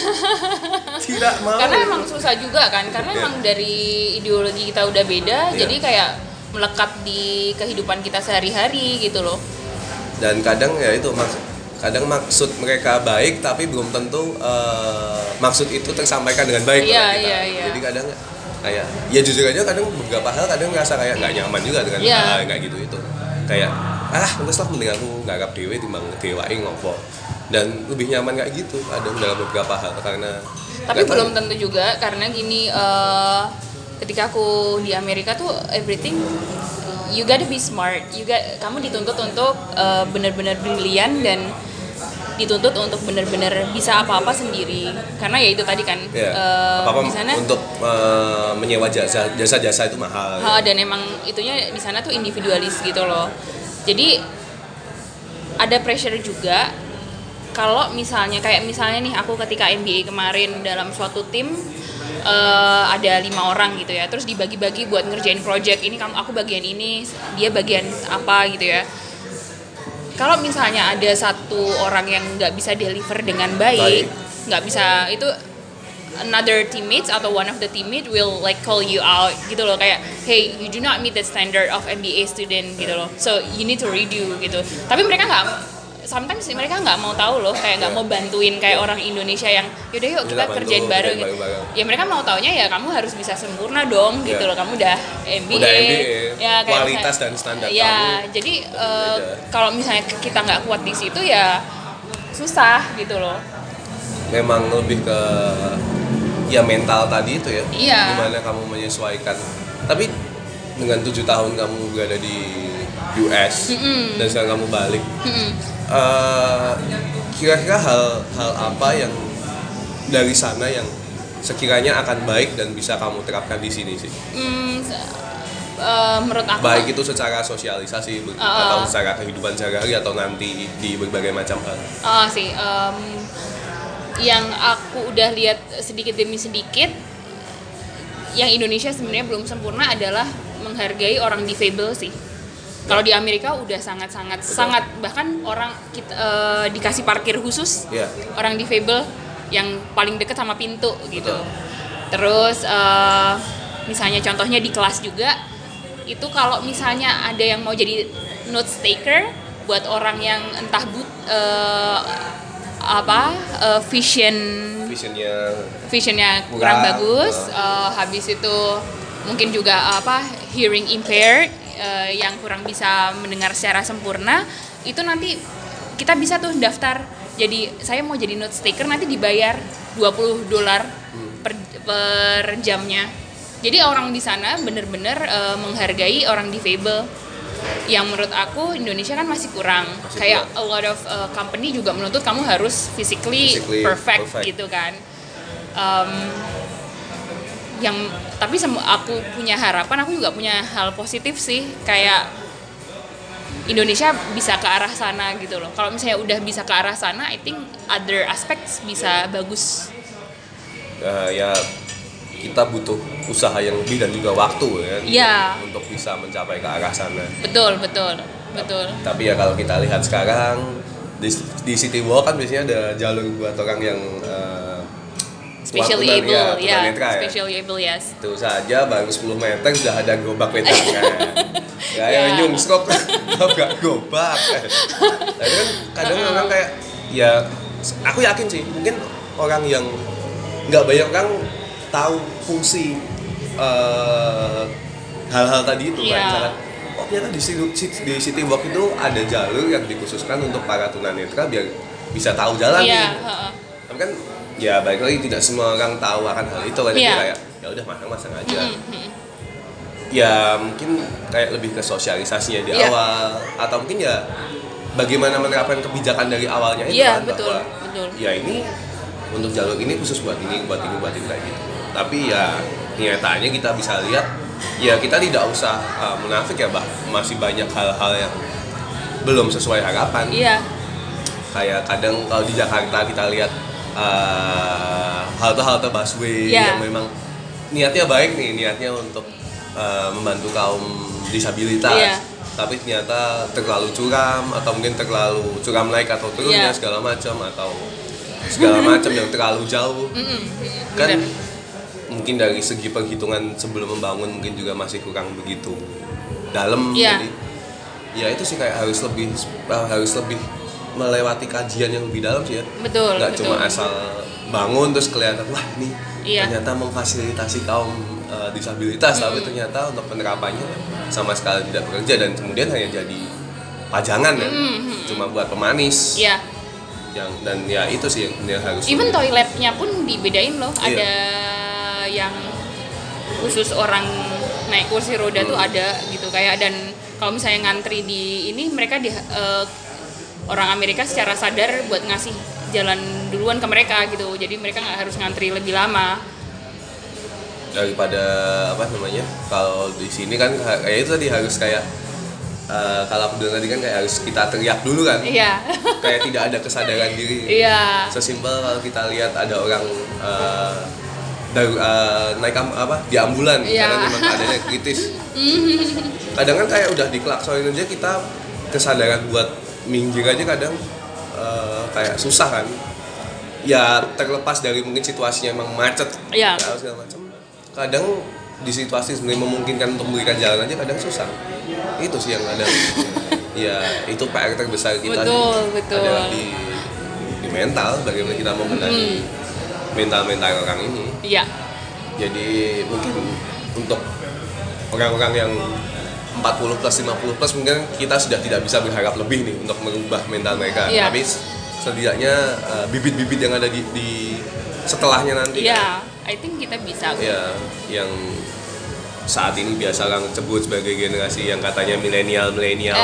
S1: Tidak mau.
S2: Karena emang susah juga kan karena
S1: Iya.
S2: emang dari ideologi kita udah beda
S1: Iya.
S2: jadi kayak melekat di kehidupan kita sehari-hari gitu loh.
S1: Dan kadang ya itu maksud kadang maksud mereka baik tapi belum tentu eh, maksud itu tersampaikan dengan baik
S2: Iya,
S1: oleh kita.
S2: iya, iya.
S1: Jadi kadang kayak ya jujur aja kadang beberapa hal kadang ngerasa kayak nggak nyaman juga dengan
S2: Iya.
S1: hal kayak gitu itu. Kayak ah wes lah mending aku ngarap dewe timbang dewain ngopo. Dan lebih nyaman kayak gitu ada dalam beberapa hal karena
S2: Tapi
S1: nggak
S2: belum
S1: tahu.
S2: tentu juga karena gini eh, ketika aku di Amerika tuh everything you gotta be smart. You got, kamu dituntut untuk eh, benar-benar brilian dan dituntut untuk benar-benar bisa apa-apa sendiri karena ya itu tadi kan
S1: Ya,
S2: uh,
S1: apa-apa
S2: di sana
S1: untuk uh, menyewa jasa jasa-jasa itu mahal.
S2: uh, dan emang itunya di sana tuh individualis gitu loh. Jadi ada pressure juga kalau misalnya kayak misalnya nih aku ketika M B A kemarin dalam suatu tim uh, ada lima orang gitu ya, terus dibagi-bagi buat ngerjain project ini, kamu aku bagian ini, dia bagian apa gitu ya. Kalau misalnya ada satu orang yang nggak bisa deliver dengan baik, nggak bisa, itu another teammates atau one of the teammate will like call you out gitu loh, kayak hey you do not meet the standard of M B A student gitu loh, so you need to redo gitu. Tapi mereka nggak, sometimes mereka nggak mau tahu loh, kayak nggak mau bantuin kayak orang Indonesia yang yaudah yuk kita
S1: Bantu,
S2: kerjain bareng gitu. Ya mereka mau taunya ya kamu harus bisa sempurna dong gitu
S1: yeah.
S2: loh, kamu udah M B A,
S1: udah M B A
S2: ya, kayak
S1: kualitas
S2: misalnya,
S1: dan standar
S2: ya,
S1: kamu
S2: jadi uh, kalau misalnya kita nggak kuat di situ ya susah gitu loh.
S1: Memang lebih ke ya mental tadi itu ya,
S2: iya.
S1: Gimana kamu menyesuaikan. Tapi dengan tujuh tahun kamu berada di U S mm-hmm. dan sekarang kamu balik, mm-hmm. uh, kira-kira hal hal apa yang dari sana yang sekiranya akan baik dan bisa kamu terapkan di sini sih?
S2: Mm, uh, menurut aku
S1: baik itu secara sosialisasi uh, atau secara kehidupan sehari-hari atau nanti di berbagai macam hal.
S2: Oh sih, um, yang aku udah lihat sedikit demi sedikit, yang Indonesia sebenarnya belum sempurna adalah menghargai orang difabel sih. Kalau di Amerika udah sangat-sangat sangat, bahkan orang kita uh, dikasih parkir khusus yeah. orang difabel yang paling dekat sama pintu gitu. Betul. Terus uh, misalnya contohnya di kelas juga itu kalau misalnya ada yang mau jadi note taker buat orang yang entah but uh, apa uh, vision
S1: visionnya
S2: visionnya kurang kurang bagus, uh, habis itu mungkin juga apa hearing impaired, uh, yang kurang bisa mendengar secara sempurna, itu nanti kita bisa tuh daftar jadi saya mau jadi note taker, nanti dibayar dua puluh dolar hmm. per, per jamnya. Jadi orang di sana benar-benar uh, menghargai orang difabel. Yang menurut aku Indonesia kan masih kurang. Masih kayak kurang. A lot of uh, company juga menuntut kamu harus physically, physically perfect, perfect gitu kan. Um, yang tapi semu, aku punya harapan, aku juga punya hal positif sih, kayak Indonesia bisa ke arah sana gitu loh. Kalau misalnya udah bisa ke arah sana, I think other aspects bisa bagus.
S1: Uh, ya kita butuh usaha yang lebih dan juga waktu ya,
S2: ya.
S1: untuk bisa mencapai ke arah sana.
S2: Betul, betul, betul.
S1: Tapi ya kalau kita lihat sekarang di, di City Walk kan biasanya ada jalur buat orang yang uh,
S2: specially able, ya,
S1: ya.
S2: Specially able, yes.
S1: Itu saja baru sepuluh meter sudah ada gerobak wedangan. Ya, ya nyungsrok gak gerobak. Tapi kan kadang uh-uh. orang kayak ya aku yakin sih mungkin orang yang nggak banyak orang tahu fungsi uh, hal-hal tadi itu, yeah. Kayak misalkan oh ternyata di, di City Walk itu ada jalur yang dikhususkan untuk para tunanetra biar bisa tahu jalan, yeah. nih. Uh-uh. Tapi kan ya baik lagi tidak semua orang tahu akan hal itu kan, yeah. Kayak ya udah masang-masang aja. Mm-hmm. Ya mungkin kayak lebih ke sosialisasinya di yeah. awal, atau mungkin ya bagaimana menerapkan kebijakan dari awalnya itu, yeah, kan
S2: betul,
S1: bahwa
S2: betul.
S1: Ya ini untuk jalur ini khusus buat ini, buat ini, buat ini kayak gitu. Tapi ya kenyataannya kita bisa lihat ya kita tidak usah uh, munafik ya, bah masih banyak hal-hal yang belum sesuai harapan.
S2: Iya.
S1: Kayak kadang kalau di Jakarta kita lihat uh, halte-halte busway, yeah. yang memang niatnya baik nih, niatnya untuk uh, membantu kaum disabilitas. Yeah. Tapi ternyata terlalu curam, atau mungkin terlalu curam naik atau turunnya, yeah. segala macam, atau segala macam yang terlalu jauh. Mm-hmm. Kan bener. Mungkin dari segi perhitungan sebelum membangun mungkin juga masih kurang begitu dalam, yeah. Jadi ya itu sih kayak harus lebih harus lebih melewati kajian yang lebih dalam sih ya.
S2: Betul.
S1: Nggak
S2: betul.
S1: cuma asal bangun terus kelihatan wah ini, yeah. ternyata memfasilitasi kaum uh, disabilitas, mm-hmm. tapi ternyata untuk penerapannya sama sekali tidak bekerja dan kemudian hanya jadi pajangan ya, mm-hmm. cuma buat pemanis.
S2: Yeah.
S1: Yang dan ya itu sih yang harus.
S2: Even toiletnya pun dibedain loh, yeah. Ada yang khusus orang naik kursi roda, hmm. tuh ada gitu kayak, dan kalau misalnya ngantri di ini mereka di uh, orang Amerika secara sadar buat ngasih jalan duluan ke mereka gitu, jadi mereka nggak harus ngantri lebih lama.
S1: Daripada apa namanya, kalau di sini kan kayak itu tadi harus kayak uh, kalau aku bilang tadi kan kayak harus kita teriak dulu kan.
S2: Iya.
S1: Kayak tidak ada kesadaran diri.
S2: Iya.
S1: Sesimpel kalau kita lihat ada orang uh, daru, uh, naik am, apa di ambulan
S2: Iya.
S1: karena memang keadaannya kritis. Kadang kan kayak udah diklaksonin aja kita kesadaran buat minggir aja kadang uh, kayak susah kan. Ya terlepas dari mungkin situasinya emang macet.
S2: Iya.
S1: Ya, segala macam. Kadang di situasi sebenarnya memungkinkan untuk memberikan jalan aja kadang susah. Itu sih yang ada. Ya itu P R terbesar kita.
S2: Betul,
S1: nih.
S2: betul.
S1: Adalah di, di mental, bagaimana kita mau benahi
S2: Hmm.
S1: mental-mental orang ini.
S2: Iya.
S1: Jadi mungkin untuk orang-orang yang empat puluh plus, lima puluh plus mungkin kita sudah tidak bisa berharap lebih nih untuk merubah mental mereka.
S2: Iya.
S1: Tapi setidaknya uh, bibit-bibit yang ada di, di setelahnya nanti.
S2: Iya. I think kita bisa.
S1: Ya, yang saat ini biasa orang sebut sebagai generasi yang katanya milenial-milenial.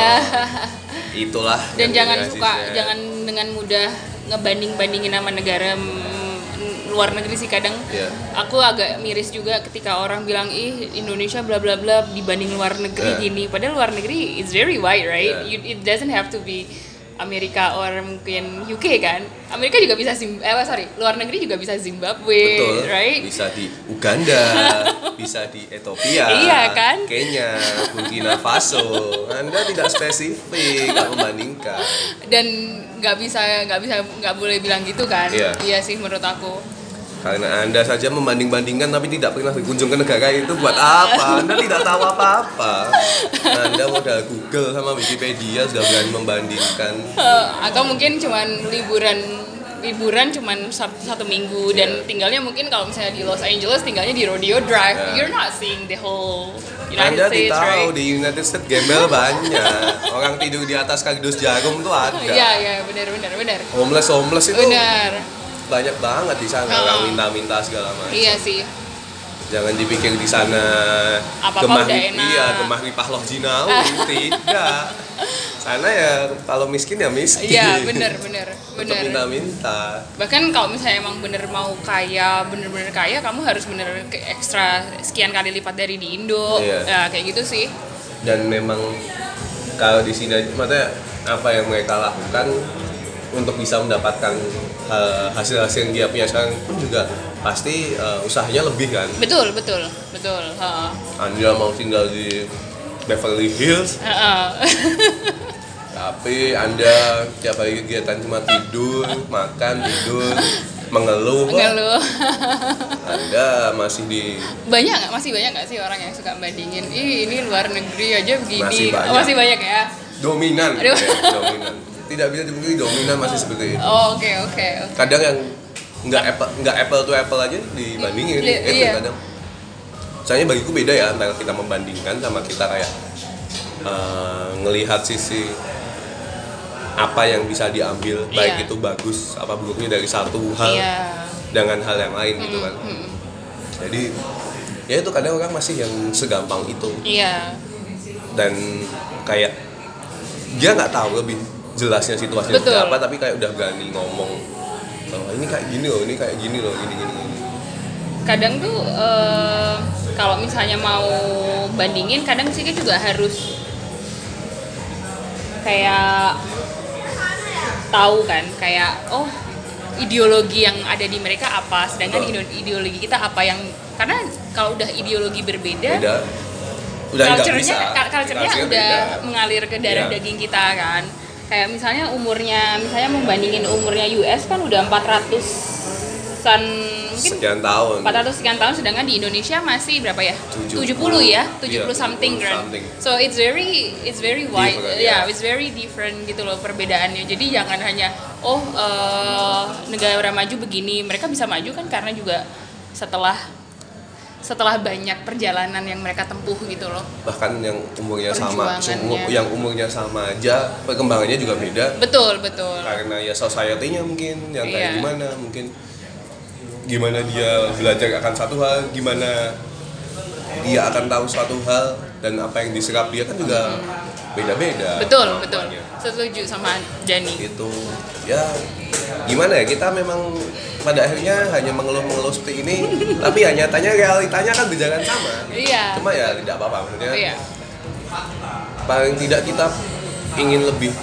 S1: Itulah.
S2: Dan
S1: yang
S2: jangan
S1: generasi
S2: suka,
S1: Z.
S2: jangan dengan mudah ngebanding-bandingin sama negara mm, luar negeri sih kadang.
S1: Iya.
S2: Aku agak miris juga ketika orang bilang ih Indonesia bla bla bla dibanding luar negeri
S1: Iya.
S2: gini. Padahal luar negeri it's very wide, right?
S1: Iya.
S2: You, it doesn't have to be Amerika or mungkin U K kan. Amerika juga bisa Zim, eh sorry, luar negeri juga bisa Zimbabwe,
S1: Betul,
S2: right?
S1: bisa di Uganda, bisa di Ethiopia,
S2: Iya, kan?
S1: Kenya, Burkina Faso. Anda tidak spesifik kalau membandingkan.
S2: Dan nggak bisa nggak bisa nggak boleh bilang gitu kan?
S1: Iya.
S2: Iya sih menurut aku.
S1: Karena Anda saja membanding-bandingkan tapi tidak pernah berkunjung ke negara itu buat apa? Anda tidak tahu apa-apa. Anda modal Google sama Wikipedia sudah berani membandingkan.
S2: Eh, atau mungkin cuman liburan liburan cuman satu, satu minggu dan
S1: Yeah.
S2: tinggalnya mungkin kalau misalnya di Los Angeles tinggalnya di Rodeo Drive.
S1: Yeah.
S2: You're not seeing the whole United
S1: Anda
S2: States,
S1: tahu
S2: right?
S1: di United States gembel banyak. Orang tidur di atas kardus jarum tuh ada.
S2: Iya, iya, benar benar benar.
S1: Homeless homeless itu
S2: Benar.
S1: banyak banget di sana.
S2: Oh.
S1: Orang minta-minta segala macam.
S2: Iya sih.
S1: Jangan dipikir di sana
S2: Apa-apa
S1: gemah
S2: udah enak.
S1: iya gemah ripah loh jinawi. Tidak. Sana ya kalau miskin ya miskin.
S2: Iya, benar benar
S1: Untuk
S2: benar.
S1: minta-minta.
S2: Bahkan kalau misalnya emang bener mau kaya, bener-bener kaya, kamu harus bener ke ekstra sekian kali lipat dari di Indo.
S1: Iya.
S2: Ya, kayak gitu sih.
S1: Dan memang kalau di sini maksudnya apa yang mereka lakukan untuk bisa mendapatkan uh, hasil-hasil yang dia punya sekarang pun juga pasti uh, usahanya lebih kan.
S2: Betul, betul, betul. Heeh.
S1: Anda mau tinggal di Beverly Hills,
S2: Heeh.
S1: tapi Anda tiap hari kegiatan cuma tidur, makan, tidur, mengeluh.
S2: Enggak lu.
S1: Anda masih di
S2: Banyak nggak? Masih banyak nggak sih orang yang suka bandingin? Ih, ini luar negeri aja begini.
S1: Masih banyak.
S2: Oh, masih banyak ya.
S1: dominan,
S2: Aduh.
S1: ya, dominan. Tidak bisa dipungkiri dominan masih seperti itu.
S2: Oh, oke oke. oke.
S1: Kadang yang nggak apple nggak apple to apple aja dibandingin.
S2: Iya,
S1: Itu
S2: iya.
S1: kadang. Soalnya bagiku beda ya antara kita membandingkan sama kita kayak uh, ngelihat sisi apa yang bisa diambil, baik
S2: Iya.
S1: itu bagus apa buruknya dari satu hal
S2: Iya.
S1: dengan hal yang lain gitu kan.
S2: Mm-mm.
S1: Jadi ya itu kadang orang masih yang segampang itu
S2: Iya.
S1: dan kayak dia nggak tahu lebih jelasnya situasinya
S2: Betul.
S1: seperti apa tapi kayak udah berani ngomong bahwa ini kayak gini loh, ini kayak gini loh, gini gini gini.
S2: Kadang tuh eh, kalau misalnya mau bandingin, kadang sih kita juga harus kayak tahu kan, kayak oh ideologi yang ada di mereka apa, sedangkan
S1: Oh.
S2: ide- ideologi kita apa yang karena kalau udah ideologi berbeda,
S1: Beda. Udah nggak
S2: culture-nya
S1: bisa.
S2: ka- culture-nya
S1: Culture-nya
S2: udah
S1: beda.
S2: mengalir ke darah
S1: Iya.
S2: daging kita kan. Kayak misalnya umurnya, misalnya membandingin umurnya U S kan udah empat ratusan mungkin
S1: Sekian tahun.
S2: empat ratus sekian tahun, sedangkan di Indonesia masih berapa ya?
S1: tujuh
S2: tujuh
S1: puluh.
S2: puluh ya,
S1: Iya,
S2: tujuh puluh something
S1: tujuh puluh
S2: kan.
S1: something.
S2: So it's very it's very wide,
S1: Different,
S2: ya,
S1: yeah.
S2: it's very different gitu loh perbedaannya. Jadi jangan hanya oh eh, negara maju begini, mereka bisa maju kan karena juga setelah setelah banyak perjalanan yang mereka tempuh gitu loh.
S1: Bahkan yang umurnya sama,
S2: Perjuangannya.
S1: umur- yang umurnya sama aja perkembangannya juga beda.
S2: Betul, betul.
S1: Karena ya society-nya mungkin yang
S2: Iya.
S1: kayak gimana, mungkin gimana dia belajar akan satu hal, gimana dia akan tahu suatu hal dan apa yang diserap dia kan juga beda-beda.
S2: Betul, betul.
S1: Namanya.
S2: Setuju sama Jani.
S1: Itu ya gimana ya, kita memang pada akhirnya hanya mengeluh-mengeluh seperti ini tapi ya nyatanya realitanya kan berjalan sama.
S2: Iya.
S1: Cuma ya tidak apa-apa maksudnya.
S2: Iya.
S1: Paling tidak kita ingin lebih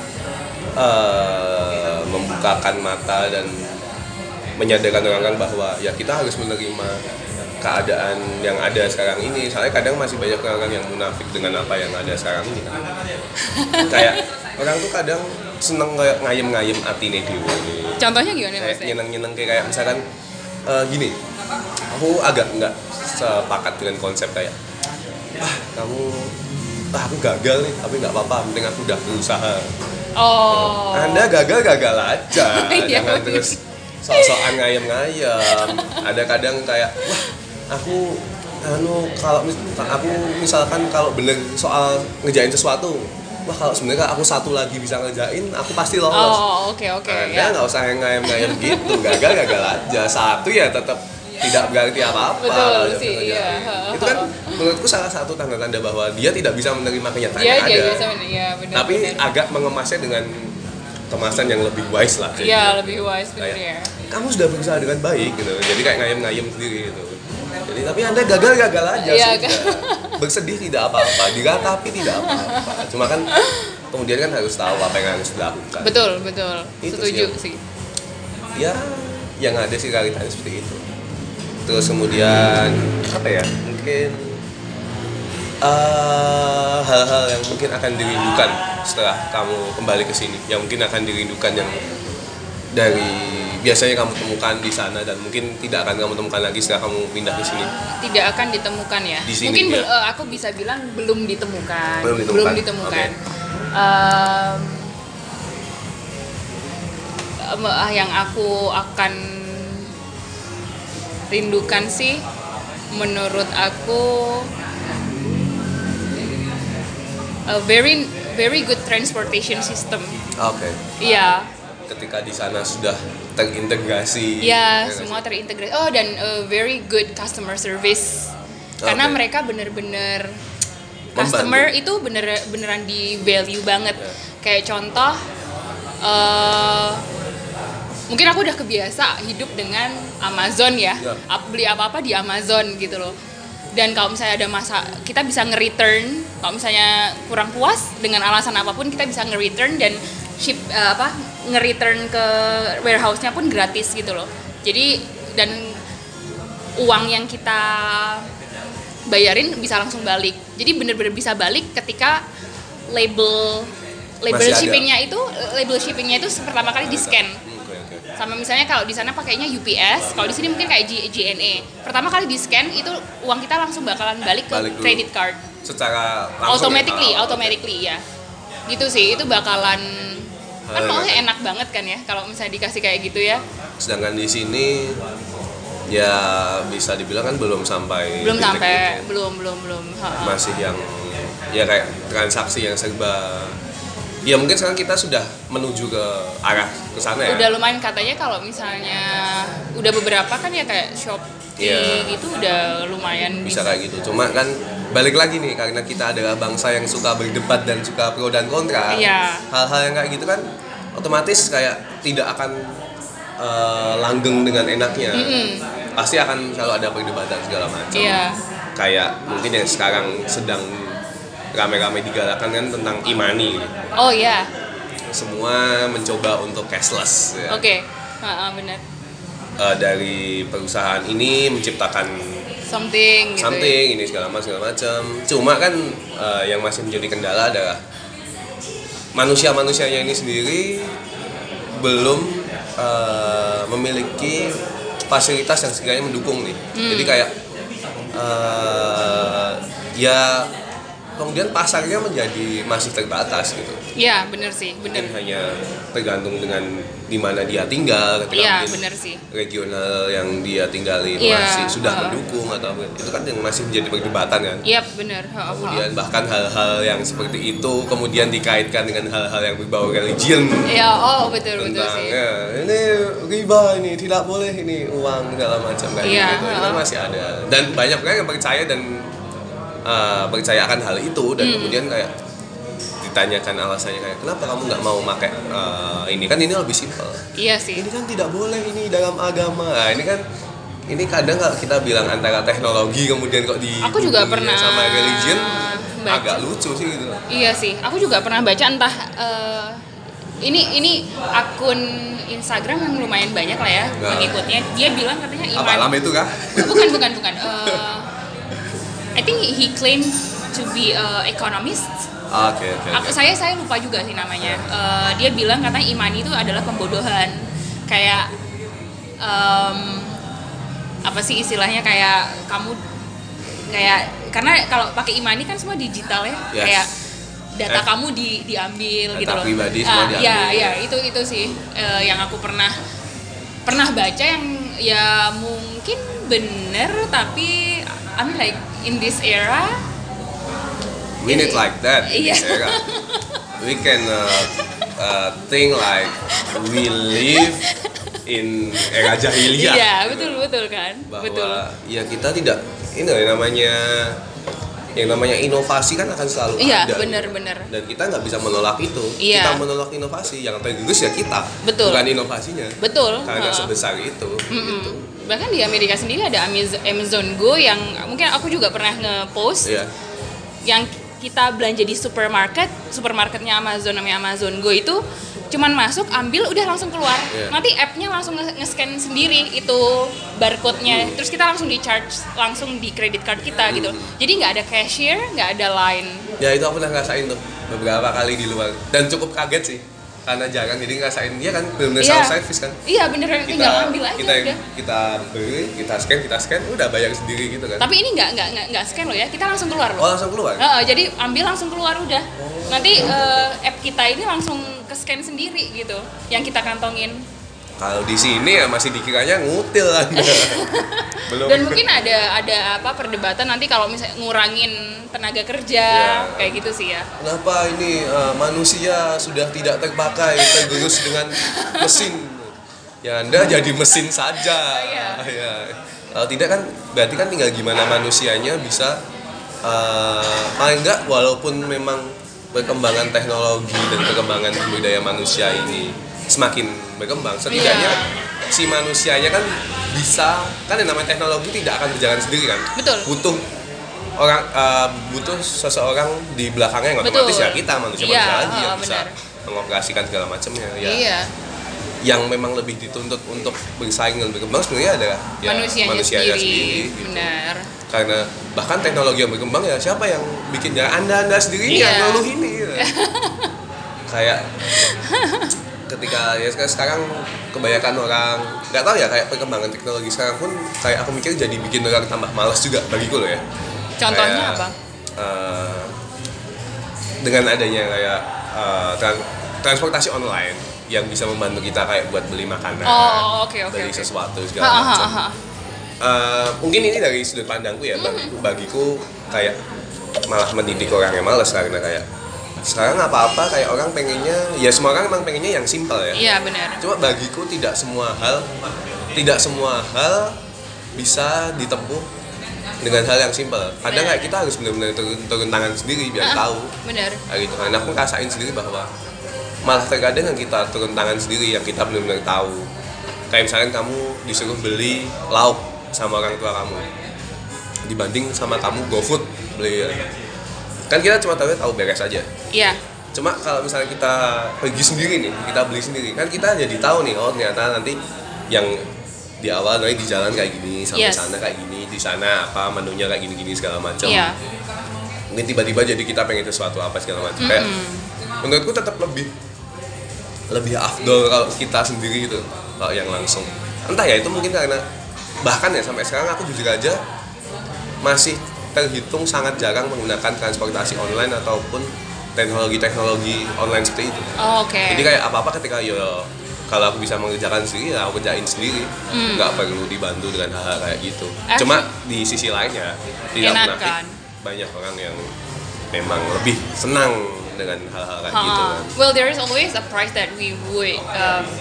S1: uh, membukakan mata dan menyadarkan orang-orang bahwa ya kita harus menerima keadaan yang ada sekarang ini. Soalnya kadang masih banyak orang-orang yang munafik dengan apa yang ada sekarang ini kan. Kayak orang tuh kadang seneng kayak ngayem-ngayem atine dhewe.
S2: Contohnya gimana
S1: Kayak
S2: maksudnya?
S1: nyeneng-nyeneng kayak, kayak misalkan uh, gini. Aku agak nggak sepakat dengan konsep kayak ah kamu ah aku gagal nih tapi nggak apa-apa, penting aku udah berusaha.
S2: Oh.
S1: Anda gagal-gagal aja,
S2: Iya,
S1: jangan
S2: bener.
S1: terus sok-sokan ngayem-ngayem. Ada kadang kayak wah aku anu kalau mis- aku misalkan kalau bener soal ngerjain sesuatu, wah kalau sebenarnya aku satu lagi bisa ngerjain aku pasti lolos.
S2: Oh, oke oke.
S1: Anda
S2: Ya.
S1: nggak usah ngayem-ngayem gitu, gagal-gagal aja. Satu ya tetap tidak berarti apa-apa.
S2: Betul
S1: kalau
S2: sih,
S1: ngerjain.
S2: iya.
S1: Itu kan menurutku salah satu tanda-tanda bahwa dia tidak bisa menerima kenyataan
S2: Iya,
S1: yang
S2: dia
S1: ada.
S2: bisa benar. Iya, benar.
S1: Tapi
S2: benar.
S1: agak mengemasnya dengan kemasan yang lebih wise lah. kayak
S2: Iya,
S1: gitu.
S2: lebih wise benar
S1: Kayak,
S2: ya.
S1: kamu sudah berusaha dengan baik gitu. Jadi kayak ngayem-ngayem sendiri gitu. Jadi tapi Anda gagal-gagal aja
S2: Iya,
S1: sudah. Bersedih tidak apa-apa, diratapi tidak apa-apa. Cuma kan kemudian kan harus tahu apa yang harus dilakukan.
S2: Betul, betul.
S1: Itu
S2: Setuju
S1: sih.
S2: sih.
S1: Ya, yang ada sih realitanya seperti itu. Terus kemudian apa ya? Mungkin uh, hal-hal yang mungkin akan dirindukan setelah kamu kembali ke sini, yang mungkin akan dirindukan yang dari biasanya kamu temukan di sana dan mungkin tidak akan kamu temukan lagi setelah kamu pindah ke sini.
S2: Tidak akan ditemukan ya.
S1: Di sini,
S2: Mungkin
S1: ya.
S2: bel- eh, aku bisa bilang belum ditemukan.
S1: Belum ditemukan?
S2: ditemukan.
S1: Oke.
S2: Em, em, ah, yang aku akan rindukan sih, menurut aku a very very good transportation system.
S1: Oke.
S2: Iya.
S1: Ketika di sana sudah terintegrasi.
S2: Ya,
S1: ya
S2: semua
S1: nggak sih?
S2: terintegrasi. Oh, dan uh, very good customer service. Karena
S1: Oke.
S2: mereka bener-bener
S1: Membantu.
S2: customer itu bener beneran di value banget.
S1: Ya.
S2: Kayak contoh, uh, mungkin aku udah kebiasa hidup dengan Amazon ya.
S1: Ya.
S2: Ap- Beli apa-apa di Amazon gitu loh. Dan kalau misalnya ada masa, kita bisa nge-return. Kalau misalnya kurang puas dengan alasan apapun, kita bisa nge-return dan ship uh, apa nge-return ke warehouse-nya pun gratis gitu loh. Jadi dan uang yang kita bayarin bisa langsung balik. Jadi bener-bener bisa balik ketika label label
S1: Masih ada.
S2: shippingnya itu label shippingnya itu pertama kali di scan.
S1: Hmm, oke, oke.
S2: Sama misalnya kalau di sana pakainya U P S, kalau di sini mungkin kayak J- JNE. Pertama kali di scan itu uang kita langsung bakalan balik ke
S1: Balik dulu.
S2: credit card.
S1: Secara langsung
S2: Automatically,
S1: ya? Ah,
S2: automatically ya. Gitu sih, itu bakalan kan
S1: Hal yang
S2: maksudnya
S1: enak.
S2: enak banget kan ya kalau misalnya dikasih kayak gitu ya.
S1: Sedangkan di sini ya bisa dibilang kan belum sampai
S2: Belum
S1: titik
S2: sampai,
S1: itu.
S2: belum belum belum. Ha-ha.
S1: Masih yang ya kayak transaksi yang serba ya mungkin sekarang kita sudah menuju ke arah ke sana ya.
S2: Udah lumayan katanya kalau misalnya udah beberapa kan ya kayak Shopee
S1: Iya.
S2: gitu udah lumayan
S1: Bisa kayak gitu. Cuma kan balik lagi nih karena kita adalah bangsa yang suka berdebat dan suka pro dan kontra.
S2: Iya.
S1: Hal-hal yang kayak gitu kan otomatis kayak tidak akan eh, langgeng dengan enaknya. Pasti akan selalu ada perdebatan segala macam.
S2: Iya.
S1: Kayak mungkin yang sekarang sedang rame-rame digalakan kan tentang e-money.
S2: Oh iya.
S1: Semua mencoba untuk cashless ya.
S2: Oke. Ha-ha, benar.
S1: Eh, dari perusahaan ini menciptakan
S2: Something gitu.
S1: something ini segala macam segala macam. Cuma kan eh, yang masih menjadi kendala adalah manusia-manusianya ini sendiri belum eh, memiliki fasilitas yang sekiranya mendukung nih.
S2: Hmm.
S1: Jadi kayak eh, ya kemudian pasarnya menjadi masih terbatas gitu.
S2: Iya, benar sih, benar.
S1: Mungkin hanya tergantung dengan di mana dia tinggal, ketika
S2: Iya,
S1: mungkin
S2: benar sih.
S1: regional yang dia tinggali
S2: Iya,
S1: masih sudah
S2: uh.
S1: mendukung atau apa, itu kan yang masih menjadi perdebatan kan.
S2: Iya, benar. Ha-ha.
S1: Kemudian bahkan hal-hal yang seperti itu kemudian dikaitkan dengan hal-hal yang berbau religion.
S2: Iya, oh betul betul
S1: Tentang
S2: sih.
S1: ya, ini riba ini tidak boleh ini uang segala macam kayak
S2: Iya,
S1: gitu. Itu kan
S2: uh.
S1: masih ada dan banyak orang yang percaya dan uh, percaya akan hal itu dan hmm. kemudian kayak ditanyakan alasannya kayak kenapa kamu nggak mau pakai uh, ini kan ini lebih simpel.
S2: Iya sih.
S1: Ini kan tidak boleh ini dalam agama. Nah, ini kan ini kadang kalau kita bilang antara teknologi kemudian kok di
S2: aku juga pernah
S1: sama religion
S2: baca.
S1: Agak lucu sih gitu.
S2: Iya sih. Aku juga pernah baca entah uh, ini ini akun Instagram yang lumayan banyak lah ya nah. pengikutnya. Dia bilang katanya iman.
S1: Apa alam itu kah?
S2: Bukan bukan bukan. Uh, I think he claimed to be a economist.
S1: Oke okay, oke. Okay, okay.
S2: Saya saya lupa juga sih namanya. Uh, dia bilang katanya iman itu adalah pembodohan. Kayak um, apa sih istilahnya kayak kamu kayak karena kalau pakai imani kan semua digital ya. Yes. Kayak data eh, kamu di diambil
S1: data
S2: gitu loh.
S1: Pribadi semua
S2: uh,
S1: diambil.
S2: Ya ya itu itu sih uh, yang aku pernah pernah baca yang ya mungkin bener tapi I mean like in this era
S1: we need like that in this era. We can uh, uh, think like we live in era jahiliyah.
S2: Iya betul betul kan.
S1: Bahwa
S2: betul.
S1: Ya kita tidak ini yang namanya yang namanya inovasi kan akan selalu
S2: iya,
S1: ada. Iya
S2: benar-benar.
S1: Dan kita nggak bisa menolak itu.
S2: Iya.
S1: Kita menolak inovasi yang tergerus ya kita.
S2: Betul.
S1: Bukan inovasinya.
S2: Betul.
S1: Karena
S2: uh.
S1: sebesar itu. Gitu.
S2: Bahkan di Amerika sendiri ada Amazon Go yang mungkin aku juga pernah nge-post. Iya. Yang kita belanja di supermarket, supermarketnya Amazon namanya Amazon Go itu cuman masuk, ambil, udah langsung keluar. Yeah. Nanti app-nya langsung nge-scan sendiri itu barcode-nya. Mm. Terus kita langsung di-charge langsung di credit card kita mm. gitu. Jadi nggak ada cashier, nggak ada line.
S1: Ya itu aku pernah ngerasain tuh beberapa kali di luar dan cukup kaget sih. Karena jarang jadi ngerasain dia kan benar-benar yeah. self service kan.
S2: Iya beneran tinggal ambil aja
S1: kita,
S2: udah. Kita
S1: beli, kita scan, kita scan, udah bayar sendiri gitu kan.
S2: Tapi ini nggak nggak nggak scan loh ya, kita langsung keluar loh.
S1: Oh langsung keluar?
S2: Uh, jadi ambil langsung keluar udah. Oh. Nanti uh, app kita ini langsung ke scan sendiri gitu, yang kita kantongin.
S1: Kalau di sini ya masih dikiranya ngutil Anda. Belum.
S2: Dan mungkin ada ada apa perdebatan nanti kalau misalnya ngurangin tenaga kerja ya. Kayak gitu sih ya.
S1: Kenapa ini uh, manusia sudah tidak terpakai tergerus dengan mesin? Ya Anda jadi mesin saja. Ya. Ya. Kalau tidak kan berarti kan tinggal gimana manusianya bisa uh, paling enggak walaupun memang perkembangan teknologi dan perkembangan budaya manusia ini semakin berkembang, setidaknya yeah. si manusianya kan bisa, kan yang namanya teknologi tidak akan berjalan sendiri kan.
S2: Betul.
S1: Butuh orang, uh, butuh seseorang di belakangnya yang otomatis ya kita manusia-manusia yeah, lagi yang oh, bisa benar. mengoperasikan segala macamnya. Ya.
S2: Yeah.
S1: Yang memang lebih dituntut untuk bersaing dan berkembang sebenarnya adalah ya,
S2: manusianya
S1: manusianya
S2: sendiri.
S1: sendiri gitu.
S2: Benar.
S1: Karena bahkan teknologi yang berkembang ya siapa yang bikin ya anda anda sendiri yeah. yang ngeluh ini. Gitu. Kayak ketika ya sekarang kebanyakan orang nggak tahu ya kayak perkembangan teknologi sekarang pun kayak aku mikir jadi bikin orang tambah malas juga bagiku loh ya.
S2: Contohnya kayak, apa?
S1: Uh, dengan adanya kayak uh, tra- transportasi online yang bisa membantu kita kayak buat beli makanan,
S2: oh, okay, okay,
S1: beli
S2: okay.
S1: sesuatu segala macam. Uh, mungkin ini dari sudut pandangku ya, mm-hmm. bagiku kayak malah mendidik orang yang malas karena kayak sekarang apa-apa kayak orang pengennya ya semua orang emang pengennya yang simpel ya.
S2: Iya benar.
S1: Cuma bagiku tidak semua hal tidak semua hal bisa ditempuh dengan hal yang simpel. Kadang kayak kita harus benar-benar turun, turun tangan sendiri biar uh, tahu. Benar. Nah, gitu. Karena aku ngerasain sendiri bahwa malah terkadang yang kita turun tangan sendiri yang kita benar-benar tahu. Kayak misalnya kamu disuruh beli lauk sama orang tua kamu dibanding sama kamu GoFood beli. Kan kita cuma tahu tahu beres aja.
S2: Iya.
S1: Cuma kalau misalnya kita pergi sendiri nih, kita beli sendiri, kan kita jadi tahu nih, oh ternyata nanti yang di awal nanti di jalan kayak gini, sampai yes. sana kayak gini, di sana apa menunya kayak gini-gini segala macam. Iya. Mungkin tiba-tiba jadi kita pengen sesuatu apa segala macam. Mm-hmm. Kayak menurutku tetap lebih lebih afdol kalau kita sendiri gitu, kalau yang langsung. Entah ya itu mungkin karena bahkan ya sampai sekarang aku jujur aja masih terhitung sangat jarang menggunakan transportasi online ataupun teknologi-teknologi online seperti itu.
S2: Oh, oke. Okay.
S1: Jadi kayak apa-apa ketika yo kalau aku bisa mengerjakan sendiri ya aku kerjain sendiri, mm. nggak perlu dibantu dengan hal-hal kayak gitu. Eh, Cuma di sisi lainnya tidak munafik banyak orang yang memang lebih senang dengan hal-hal kayak
S2: ha.
S1: gitu kan.
S2: Well, there is always a price that we would um,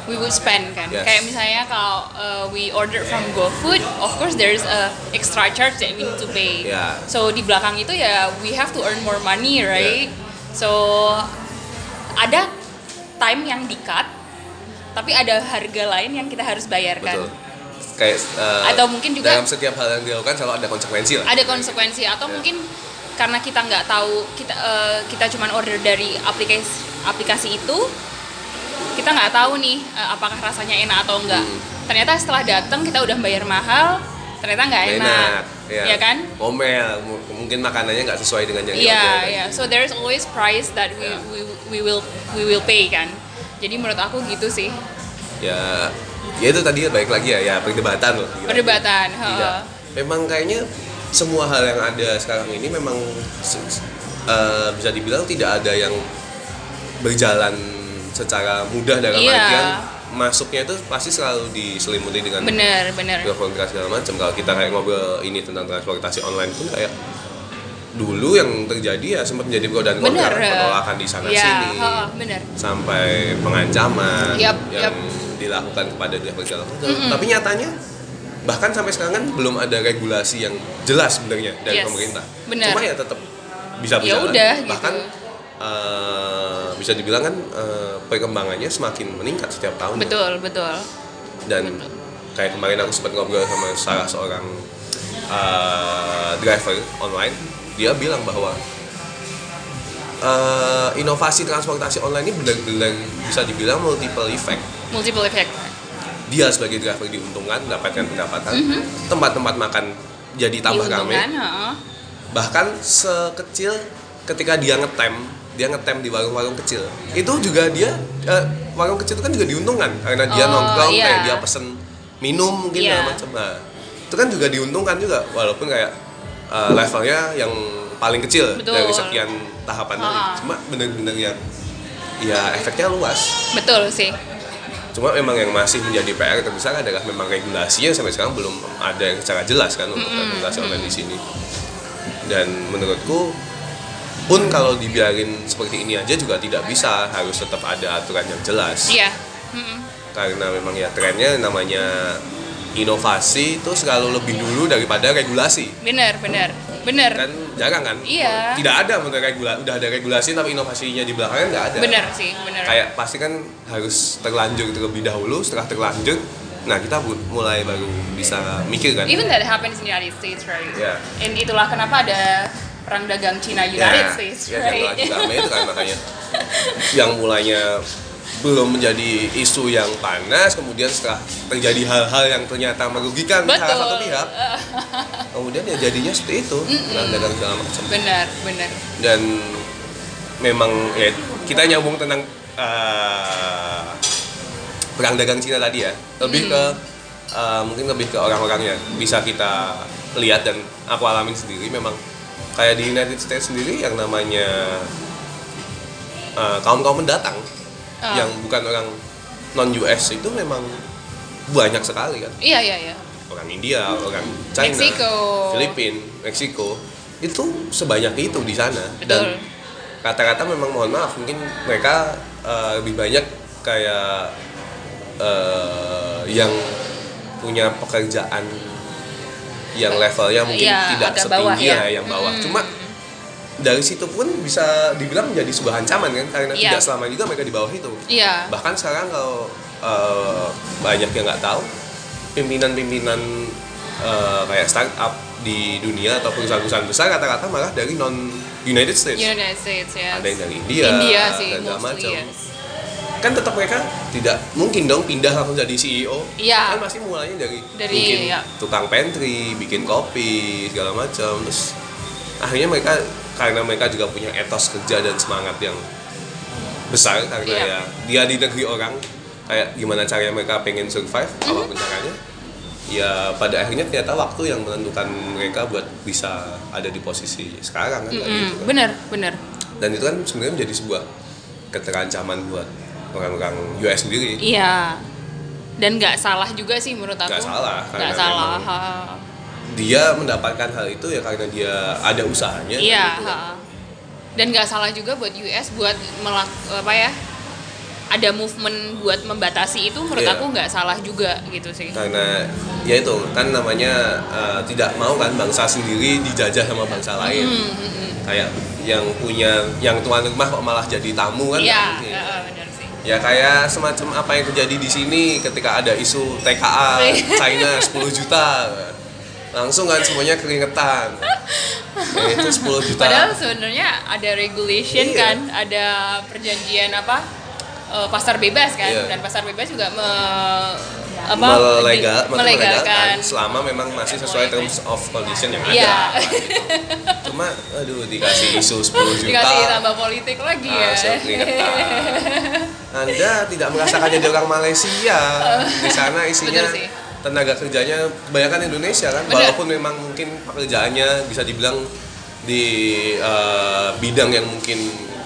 S2: we would spend kan.
S1: Yes.
S2: Kayak misalnya kalau uh, we order from GoFood, of course there's a extra charge that we need to pay.
S1: Yeah.
S2: So di belakang itu ya we have to earn more money, right?
S1: Yeah.
S2: So ada time yang di-cut, tapi ada harga lain yang kita harus bayarkan.
S1: Betul. Kayak uh,
S2: atau mungkin juga
S1: dalam setiap hal yang dilakukan selalu ada konsekuensi lah.
S2: Ada konsekuensi atau yeah. mungkin karena kita nggak tahu kita uh, kita cuma order dari aplikasi aplikasi itu, kita nggak tahu nih uh, apakah rasanya enak atau enggak. Hmm. Ternyata setelah datang kita udah bayar mahal, ternyata nggak enak, enak
S1: ya.
S2: ya kan?
S1: Omel, m- mungkin makanannya nggak sesuai dengan yang
S2: Iya,
S1: yeah,
S2: iya. So there's always price that we
S1: yeah.
S2: we we will we will pay kan. Jadi menurut aku gitu sih.
S1: Ya, ya itu tadi balik lagi ya, ya perdebatan loh.
S2: Perdebatan.
S1: Tidak. Memang kayaknya semua hal yang ada sekarang ini memang uh, bisa dibilang tidak ada yang berjalan secara mudah dalam
S2: yeah.
S1: artian masuknya itu pasti selalu diselimuti dengan
S2: bener bener
S1: transportasi segala macam. Kalau kita kayak ngobrol ini tentang transportasi online pun kayak dulu yang terjadi ya sempat menjadi pro dan kontra, penolakan di sana
S2: yeah,
S1: sini
S2: oh, bener.
S1: sampai pengancaman
S2: yep,
S1: yang
S2: yep.
S1: dilakukan kepada driver segala macam. Tapi nyatanya bahkan sampai sekarang kan belum ada regulasi yang jelas sebenarnya dari
S2: yes,
S1: pemerintah.
S2: Bener.
S1: Cuma ya tetap bisa berjalan.
S2: Yaudah,
S1: bahkan
S2: gitu.
S1: uh, bisa dibilang kan uh, perkembangannya semakin meningkat setiap tahun.
S2: Betul, betul.
S1: Dan
S2: betul.
S1: kayak kemarin aku sempat ngobrol sama salah seorang uh, driver online, dia bilang bahwa uh, inovasi transportasi online ini benar-benar bisa dibilang multiple effect.
S2: Multiple effect.
S1: Dia sebagai driver diuntungkan, mendapatkan pendapatan, mm-hmm. tempat-tempat makan jadi tambah ramai. Bahkan sekecil ketika dia ngetem, dia ngetem di warung-warung kecil. Itu juga dia uh, warung kecil itu kan juga diuntungkan karena dia
S2: oh,
S1: nongkrong,
S2: iya.
S1: kayak dia pesen minum mungkin
S2: yeah.
S1: segala macam. Nah, itu kan juga diuntungkan juga walaupun kayak uh, levelnya yang paling kecil
S2: Betul.
S1: dari sekian tahapan
S2: uh-huh.
S1: tadi. Cuma benar-benar yang ya efeknya luas.
S2: Betul sih.
S1: Cuma memang yang masih menjadi P R terbesar adalah memang regulasinya sampai sekarang belum ada yang secara jelas kan untuk mm-hmm. regulasi online di sini. Dan menurutku pun kalau dibiarin seperti ini aja juga tidak bisa, harus tetap ada aturan yang jelas.
S2: Iya. Mm-hmm.
S1: Karena memang ya trennya namanya inovasi itu selalu lebih dulu daripada regulasi.
S2: Benar, benar. Benar.
S1: Kan jarang kan?
S2: Iya.
S1: Tidak ada menurut regula, udah ada regulasi tapi inovasinya di belakangnya nggak ada.
S2: Benar sih, benar.
S1: Kayak pasti kan harus terlanjur terlebih dahulu, setelah terlanjur, nah kita mulai baru bisa mikir kan.
S2: Even that happens in the United States, right?
S1: Yeah.
S2: And itulah kenapa ada perang dagang Cina United
S1: yeah.
S2: States,
S1: yeah,
S2: right?
S1: Ya, yang lagi itu kan makanya yang mulainya belum menjadi isu yang panas, kemudian setelah terjadi hal-hal yang ternyata merugikan
S2: Betul.
S1: salah satu pihak, kemudian ya jadinya seperti itu, perang dagang segala macam.
S2: Benar, benar.
S1: Dan memang ya kita nyambung tentang uh, perang dagang Cina tadi ya, lebih mm. ke uh, mungkin lebih ke orang-orangnya bisa kita lihat dan aku alamin sendiri. Memang kayak di United States sendiri yang namanya uh, kaum-kaum pendatang Uh. yang bukan orang non U S itu memang banyak sekali kan.
S2: Iya, iya, iya.
S1: Orang India, orang China,
S2: Meksiko,
S1: Filipina, Meksiko itu sebanyak itu di sana.
S2: Betul.
S1: Dan kata-kata memang mohon maaf mungkin mereka uh, lebih banyak kayak uh, yang punya pekerjaan yang levelnya mungkin
S2: ya,
S1: tidak setinggi ya, ya yang bawah. Hmm. Cuma dari situ pun bisa dibilang menjadi sebuah ancaman kan, karena yeah. tidak selama juga mereka di bawah itu.
S2: Yeah.
S1: Bahkan sekarang kalau uh, banyak yang nggak tahu, pimpinan-pimpinan uh, kayak startup di dunia atau perusahaan-perusahaan besar rata-rata malah dari non United States.
S2: United States ya.
S1: Ada yang dari India,
S2: India sih,
S1: dan segala macam.
S2: Yes.
S1: Kan tetap mereka tidak mungkin dong pindah langsung jadi C E O.
S2: Iya.
S1: Kan masih mulainya dari,
S2: dari
S1: mungkin
S2: ya.
S1: tukang pantry, bikin kopi segala macam, terus akhirnya mereka karena mereka juga punya etos kerja dan semangat yang besar karena yeah. ya dia di negeri orang, kayak gimana caranya mereka pengen survive, mm-hmm. apapun caranya ya pada akhirnya ternyata waktu yang menentukan mereka buat bisa ada di posisi sekarang kan, mm-hmm. gitu kan.
S2: Bener, bener.
S1: Dan itu kan sebenarnya menjadi sebuah keterancaman buat orang-orang U S sendiri.
S2: Iya. Dan nggak salah juga sih menurut aku.
S1: Nggak salah.
S2: Nggak salah.
S1: Dia mendapatkan hal itu ya karena dia ada usahanya.
S2: Iya.
S1: Gitu kan.
S2: Dan nggak salah juga buat U S buat melak apa ya ada movement buat membatasi itu menurut
S1: Iya.
S2: aku nggak salah juga gitu sih.
S1: Karena ya itu kan namanya uh, tidak mau kan bangsa sendiri dijajah sama bangsa lain.
S2: Hmm, hmm, hmm.
S1: Kayak yang punya yang tuan rumah kok malah jadi tamu kan?
S2: Iya,
S1: nggak mungkin.
S2: uh, benar sih.
S1: Ya kayak semacam apa yang terjadi di sini ketika ada isu T K A China sepuluh juta. Langsung kan semuanya keringetan. Ya, itu sepuluh juta.
S2: Padahal sebenarnya ada regulation
S1: Iya.
S2: kan, ada perjanjian apa eh, pasar bebas kan,
S1: Iya.
S2: dan pasar bebas juga me, apa
S1: Melegal,
S2: di-
S1: melegalkan selama memang masih sesuai terms of condition yang ada.
S2: Iya.
S1: Cuma aduh dikasih isu sepuluh juta.
S2: Dikasih tambah politik lagi ya.
S1: Langsung keringetan. Anda tidak merasakan jadi orang Malaysia. Di sana isinya
S2: Betul sih.
S1: tenaga kerjanya kebanyakan Indonesia kan.
S2: Bener.
S1: Walaupun memang mungkin pekerjaannya bisa dibilang di uh, bidang yang mungkin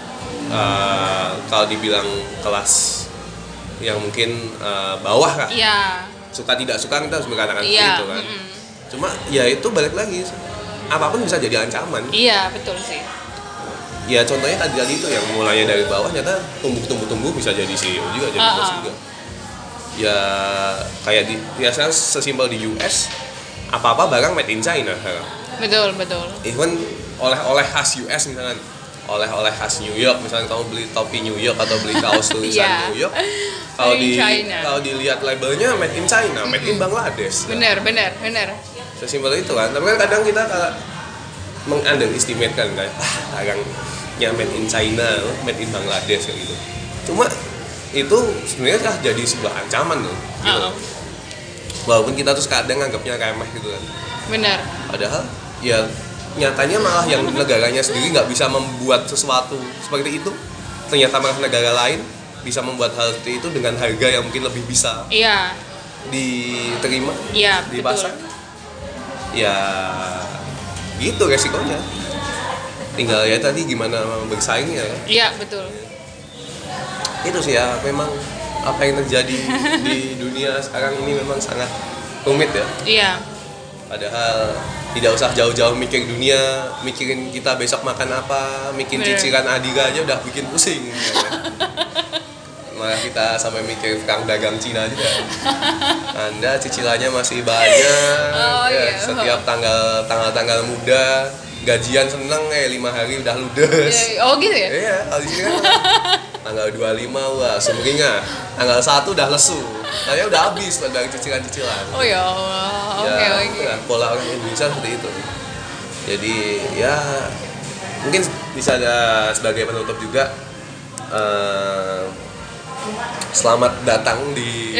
S1: uh, kalau dibilang kelas yang mungkin uh, bawah kan.
S2: Iya.
S1: Suka tidak suka kita harus mengatakan
S2: Iya.
S1: itu kan.
S2: mm-mm.
S1: Cuma ya itu balik lagi. Apapun bisa jadi ancaman.
S2: Iya, betul sih.
S1: Ya contohnya tadi tadi itu yang mulainya dari bawah nyata tumbuh-tumbuh-tumbuh bisa jadi C E O juga, jadi
S2: Ah,
S1: bos
S2: ah.
S1: juga. Ya kayak di biasanya sesimpel di U S apa-apa barang made in China sekarang.
S2: Betul, betul.
S1: Even oleh-oleh khas U S misalkan, oleh-oleh khas New York misalkan kamu beli topi New York atau beli kaos tulisan
S2: Iya.
S1: New York, kalau
S2: Made in
S1: di
S2: China.
S1: kalau dilihat labelnya made in China, made in Bangladesh.
S2: Benar, benar, benar.
S1: Sesimpel itu kan. Tapi kan kadang kita kayak meng-underestimate kan kayak ah barangnya made in China, made in Bangladesh kayak gitu. Cuma itu sebenarnya lah jadi sebuah ancaman loh. Gitu.
S2: Uh-uh.
S1: Walaupun kita tuh kadang nganggapnya remeh gitu kan.
S2: Benar.
S1: Padahal ya nyatanya malah yang negaranya sendiri nggak bisa membuat sesuatu seperti itu. Ternyata malah negara lain bisa membuat hal seperti itu dengan harga yang mungkin lebih bisa
S2: Iya.
S1: diterima
S2: Iya,
S1: di
S2: betul.
S1: pasar. Ya gitu resikonya. Tinggal ya tadi gimana bersaingnya kan.
S2: Iya, betul.
S1: Itu sih ya memang apa yang terjadi di dunia sekarang ini memang sangat rumit ya.
S2: Iya.
S1: Padahal tidak usah jauh-jauh mikir dunia, mikirin kita besok makan apa, mikirin
S2: Bener.
S1: cicilan Adiga aja udah bikin pusing. Ya kan? Malah kita sampai mikir perang dagang Cina juga. Anda cicilannya masih banyak.
S2: Oh,
S1: ya,
S2: iya.
S1: Setiap tanggal tanggal-tanggal muda gajian seneng eh lima hari udah ludes.
S2: Oh gitu ya?
S1: Iya, kalau di sini kan tanggal dua puluh lima wah sumringah. Tanggal satu udah lesu. Saya udah habis dari cicilan-cicilan.
S2: Oh ya Allah. Oke,
S1: Ya,
S2: oke.
S1: ya, pola orang Indonesia seperti itu. Jadi ya mungkin bisa ada sebagai penutup juga eh, selamat datang di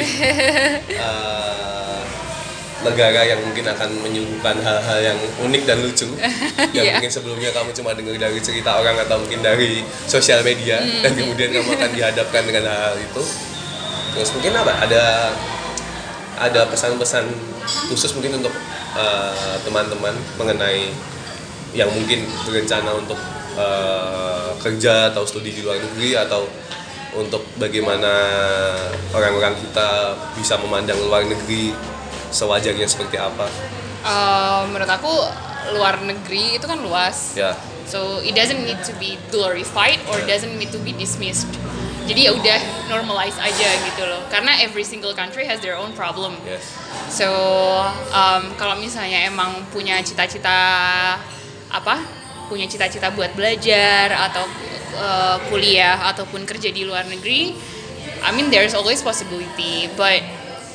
S1: eh, negara yang mungkin akan menyuguhkan hal-hal yang unik dan lucu yang
S2: Iya.
S1: mungkin sebelumnya kamu cuma dengar dari cerita orang atau mungkin dari sosial media
S2: Hmm.
S1: dan kemudian kamu akan dihadapkan dengan hal-hal itu. Terus mungkin apa? Ada ada pesan-pesan khusus mungkin untuk uh, teman-teman mengenai yang mungkin berencana untuk uh, kerja atau studi di luar negeri atau untuk bagaimana orang-orang kita bisa memandang luar negeri sewajarnya seperti apa
S2: Eh, menurut aku luar negeri itu kan luas.
S1: ya.
S2: So it doesn't need to be glorified or doesn't need to be dismissed. Jadi ya udah normalize aja gitu loh. Karena every single country has their own problem.
S1: Yes.
S2: So um, kalau misalnya emang punya cita-cita apa? Punya cita-cita buat belajar atau uh, kuliah ataupun kerja di luar negeri, I mean there's always possibility, but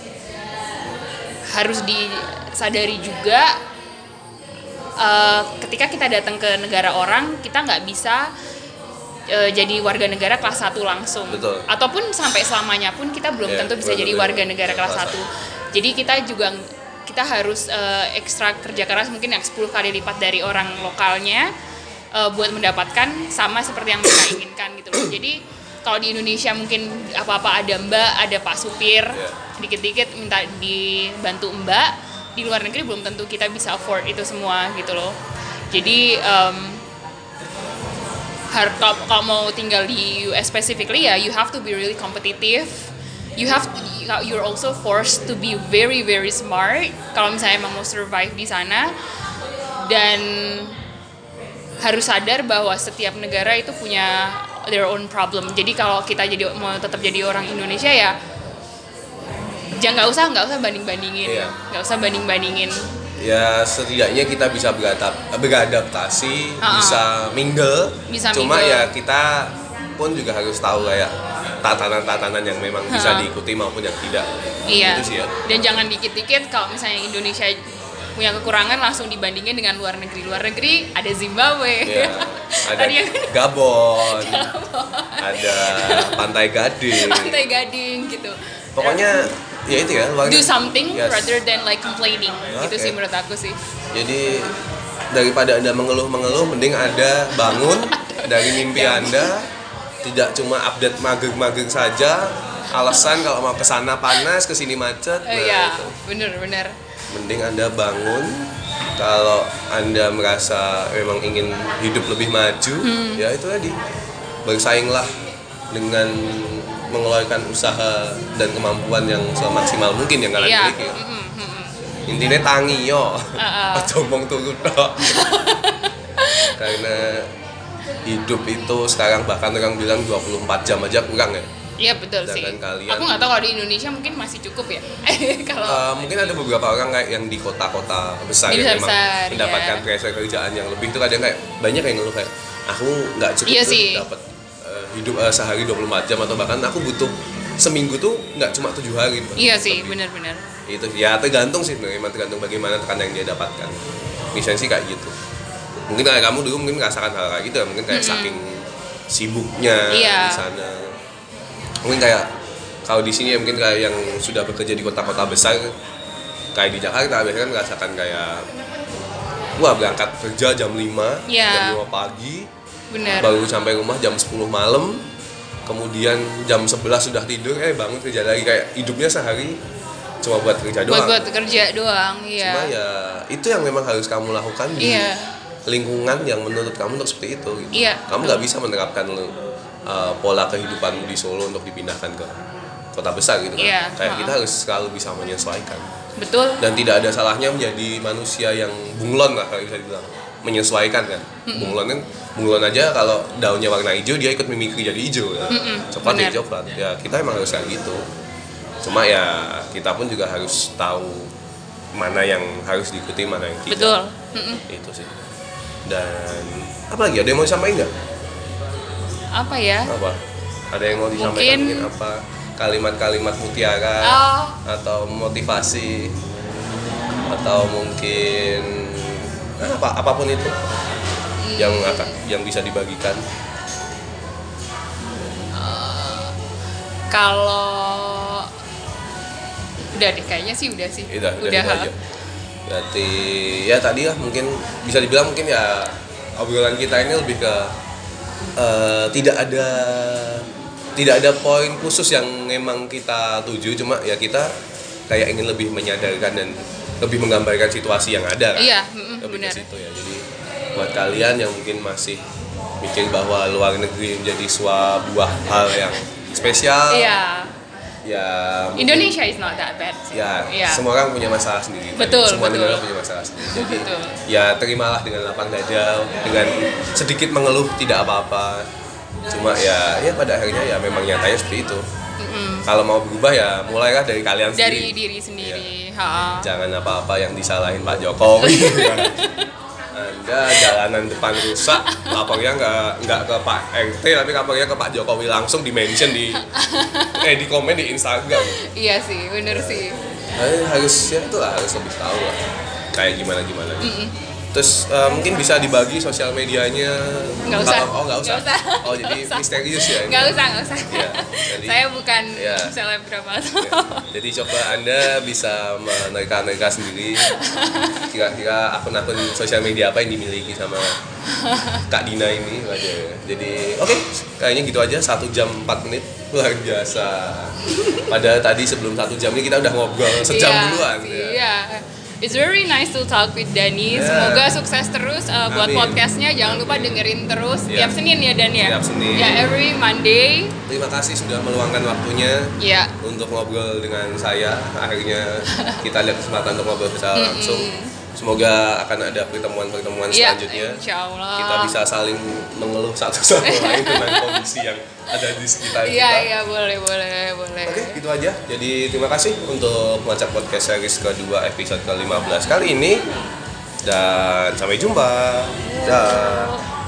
S2: harus disadari juga uh, ketika kita datang ke negara orang, kita nggak bisa uh, jadi warga negara kelas satu langsung.
S1: Betul.
S2: Ataupun sampai selamanya pun kita belum
S1: Ya,
S2: tentu bisa
S1: belum
S2: jadi
S1: tentu
S2: warga negara kelas
S1: kelas
S2: satu. Jadi kita juga kita harus uh, ekstra kerja keras mungkin yang sepuluh kali lipat dari orang lokalnya uh, buat mendapatkan sama seperti yang mereka inginkan gitu loh. Jadi kalau di Indonesia mungkin apa-apa ada mbak, ada pak supir,
S1: Yeah.
S2: dikit-dikit minta dibantu mbak. Di luar negeri belum tentu kita bisa afford itu semua gitu loh. Jadi um, har- kalau, kalau mau tinggal di U S specifically ya, you have to be really competitive. You have to, you're also forced to be very very smart kalau misalnya emang mau survive di sana, dan harus sadar bahwa setiap negara itu punya their own problem. Jadi kalau kita jadi mau tetap jadi orang Indonesia ya jangan nggak usah nggak usah banding bandingin,
S1: Iya.
S2: nggak usah banding bandingin.
S1: Ya setidaknya kita bisa beradap- beradaptasi,
S2: Uh-uh.
S1: bisa mingle.
S2: Bisa
S1: Cuma
S2: mingle.
S1: ya kita pun juga harus tahu kayak tatanan-tatanan yang memang bisa
S2: Uh-uh.
S1: diikuti maupun yang tidak.
S2: Iya.
S1: Itu sih ya.
S2: Dan jangan dikit-dikit kalau misalnya Indonesia punya kekurangan langsung dibandingin dengan luar negeri. Luar negeri ada Zimbabwe.
S1: Ya, ada
S2: Tadi yang
S1: Gabon, ada Pantai Gading.
S2: Pantai Gading gitu.
S1: Pokoknya ya itu ya. luar
S2: Do
S1: negeri.
S2: something
S1: Yes.
S2: rather than like complaining. Gitu
S1: Oke.
S2: sih menurut aku sih.
S1: Jadi daripada Anda mengeluh-mengeluh, mending Anda bangun dari mimpi Anda, tidak cuma update mager-mager saja. Alasan kalau mau kesana panas, kesini macet. Nah,
S2: Eh, ya,
S1: itu.
S2: bener-bener.
S1: Mending Anda bangun. Kalau Anda merasa memang ingin hidup lebih maju,
S2: Hmm.
S1: ya itu tadi, bersainglah dengan mengeluarkan usaha dan kemampuan yang semaksimal mungkin yang kalian
S2: Iya.
S1: miliki.
S2: Mm-mm, mm-mm.
S1: Intinya tangi yo,
S2: Uh-uh.
S1: aja omong turu tok. Karena hidup itu sekarang bahkan orang bilang dua puluh empat jam aja kurang ya.
S2: Iya betul sih.
S1: Sedangkan kalian-
S2: Aku nggak tahu kalau di Indonesia mungkin masih cukup ya. Kalau
S1: Uh, mungkin ada beberapa orang kayak yang di kota-kota besar
S2: Di
S1: yang memang
S2: besar,
S1: mendapatkan
S2: ya.
S1: pressure kerjaan yang lebih itu kadang kayak banyak yang ngeluh kayak aku nggak cukup
S2: Iya
S1: tuh
S2: sih.
S1: dapat uh, hidup uh, sehari dua puluh empat jam atau bahkan aku butuh seminggu tuh nggak cuma tujuh hari.
S2: iya sih,
S1: Lebih.
S2: benar-benar.
S1: Itu ya tergantung sih memang tergantung bagaimana tekanan yang dia dapatkan. Misalnya sih kayak gitu. Mungkin kayak kamu dulu mungkin merasakan hal kayak gitu ya, mungkin kayak
S2: Mm-mm.
S1: saking sibuknya
S2: Iya.
S1: di sana. Mungkin kayak kalau di sini ya mungkin kayak yang sudah bekerja di kota-kota besar kayak di Jakarta biasanya kan merasakan kayak wah berangkat kerja jam lima,
S2: Iya.
S1: jam lima pagi,
S2: Benar.
S1: baru sampai rumah jam sepuluh malam, kemudian jam sebelas sudah tidur, eh bangun kerja lagi kayak hidupnya sehari cuma buat kerja doang.
S2: Buat buat kerja doang, iya.
S1: Cuma ya itu yang memang harus kamu lakukan di
S2: Iya.
S1: lingkungan yang menurut kamu untuk seperti itu. Gitu.
S2: Iya,
S1: Kamu
S2: betul.
S1: nggak bisa menerapkan uh, pola kehidupanmu di Solo untuk dipindahkan ke kota besar gitu kan.
S2: Iya,
S1: Kayak
S2: ha-ha.
S1: kita harus selalu bisa menyesuaikan.
S2: Betul.
S1: Dan tidak ada salahnya menjadi manusia yang bunglon lah kalau bisa dibilang. Menyesuaikan kan. Bunglon kan bunglon aja kalau daunnya warna hijau dia ikut mimikri jadi hijau kan. Coklat
S2: benar.
S1: jadi coklat. Ya kita emang harus kayak gitu. Cuma ya kita pun juga harus tahu mana yang harus diikuti, mana yang tidak.
S2: Betul. Mm-mm.
S1: Itu sih. Dan apa lagi? Ada yang mau disampaikan nggak?
S2: Apa ya?
S1: Apa? Ada yang mau disampaikan
S2: Mungkin-
S1: mungkin apa? Kalimat-kalimat mutiara
S2: Oh.
S1: atau motivasi atau mungkin apa apapun itu yang akan yang bisa dibagikan.
S2: Kalau udah deh kayaknya sih udah sih.
S1: Udah, udah, itu
S2: ha.
S1: aja. Berarti ya tadi lah mungkin bisa dibilang mungkin ya obrolan kita ini lebih ke eh, tidak ada tidak ada poin khusus yang memang kita tuju, cuma ya kita kayak ingin lebih menyadarkan dan lebih menggambarkan situasi yang ada kan.
S2: Iya, mm-mm,
S1: Lebih
S2: benar.
S1: ke situ ya. Jadi buat kalian yang mungkin masih mikir bahwa luar negeri menjadi sebuah hal yang spesial,
S2: Iya.
S1: ya mungkin-
S2: Indonesia is not that bad. sih.
S1: Ya,
S2: Iya.
S1: semua orang punya masalah sendiri.
S2: Betul,
S1: Semua
S2: betul.
S1: negara punya masalah sendiri. Jadi,
S2: Betul.
S1: ya terimalah dengan lapang dada, dengan sedikit mengeluh tidak apa-apa. Cuma ya, ya pada akhirnya ya memang nyatanya seperti itu.
S2: Mm-mm.
S1: Kalau mau berubah ya mulailah dari kalian
S2: Dari
S1: sendiri.
S2: diri sendiri. Ha.
S1: Jangan apa-apa yang disalahin Pak Jokowi. Anda jalanan depan rusak, lapornya nggak nggak ke Pak R T tapi lapornya ke Pak Jokowi langsung di mention di eh di komen di Instagram.
S2: Iya sih, bener sih.
S1: Eh, harus ya itulah harus lebih tahu lah kayak gimana gimana. Terus eh, mungkin bisa dibagi sosial medianya.
S2: Nggak usah.
S1: Kalau- oh nggak usah.
S2: Nggak usah.
S1: Oh jadi
S2: Nggak usah.
S1: misterius ya. ini?
S2: Nggak usah, nggak usah.
S1: Iya, jadi-
S2: Saya bukan
S1: Iya.
S2: selebgram atau
S1: Ya, jadi coba Anda bisa menerka-nerka sendiri kira-kira akun-akun sosial media apa yang dimiliki sama Kak Dina ini aja. Jadi oke, kayaknya gitu aja satu jam empat menit luar biasa. Padahal tadi sebelum satu jam ini kita udah ngobrol sejam
S2: Iya
S1: duluan.
S2: sih,
S1: ya.
S2: iya. It's very nice to talk with Dani.
S1: Yeah.
S2: Semoga sukses terus uh, buat
S1: Amin.
S2: podcastnya. Jangan lupa dengerin terus
S1: Yeah.
S2: tiap Senin ya Dan ya.
S1: Tiap Senin.
S2: Ya every Monday.
S1: Terima kasih sudah meluangkan waktunya
S2: Ya.
S1: untuk ngobrol dengan saya. Akhirnya kita lihat kesempatan untuk ngobrol secara langsung. Semoga akan ada pertemuan-pertemuan
S2: Iya,
S1: selanjutnya.
S2: insya Allah.
S1: Kita bisa saling mengeluh satu sama lain tentang kondisi yang ada di sekitar
S2: Iya,
S1: kita.
S2: iya, boleh, boleh, boleh.
S1: Oke, gitu aja. Jadi terima kasih untuk Melacak Podcast series kedua episode ke lima belas kali ini. Dan sampai jumpa. Dah.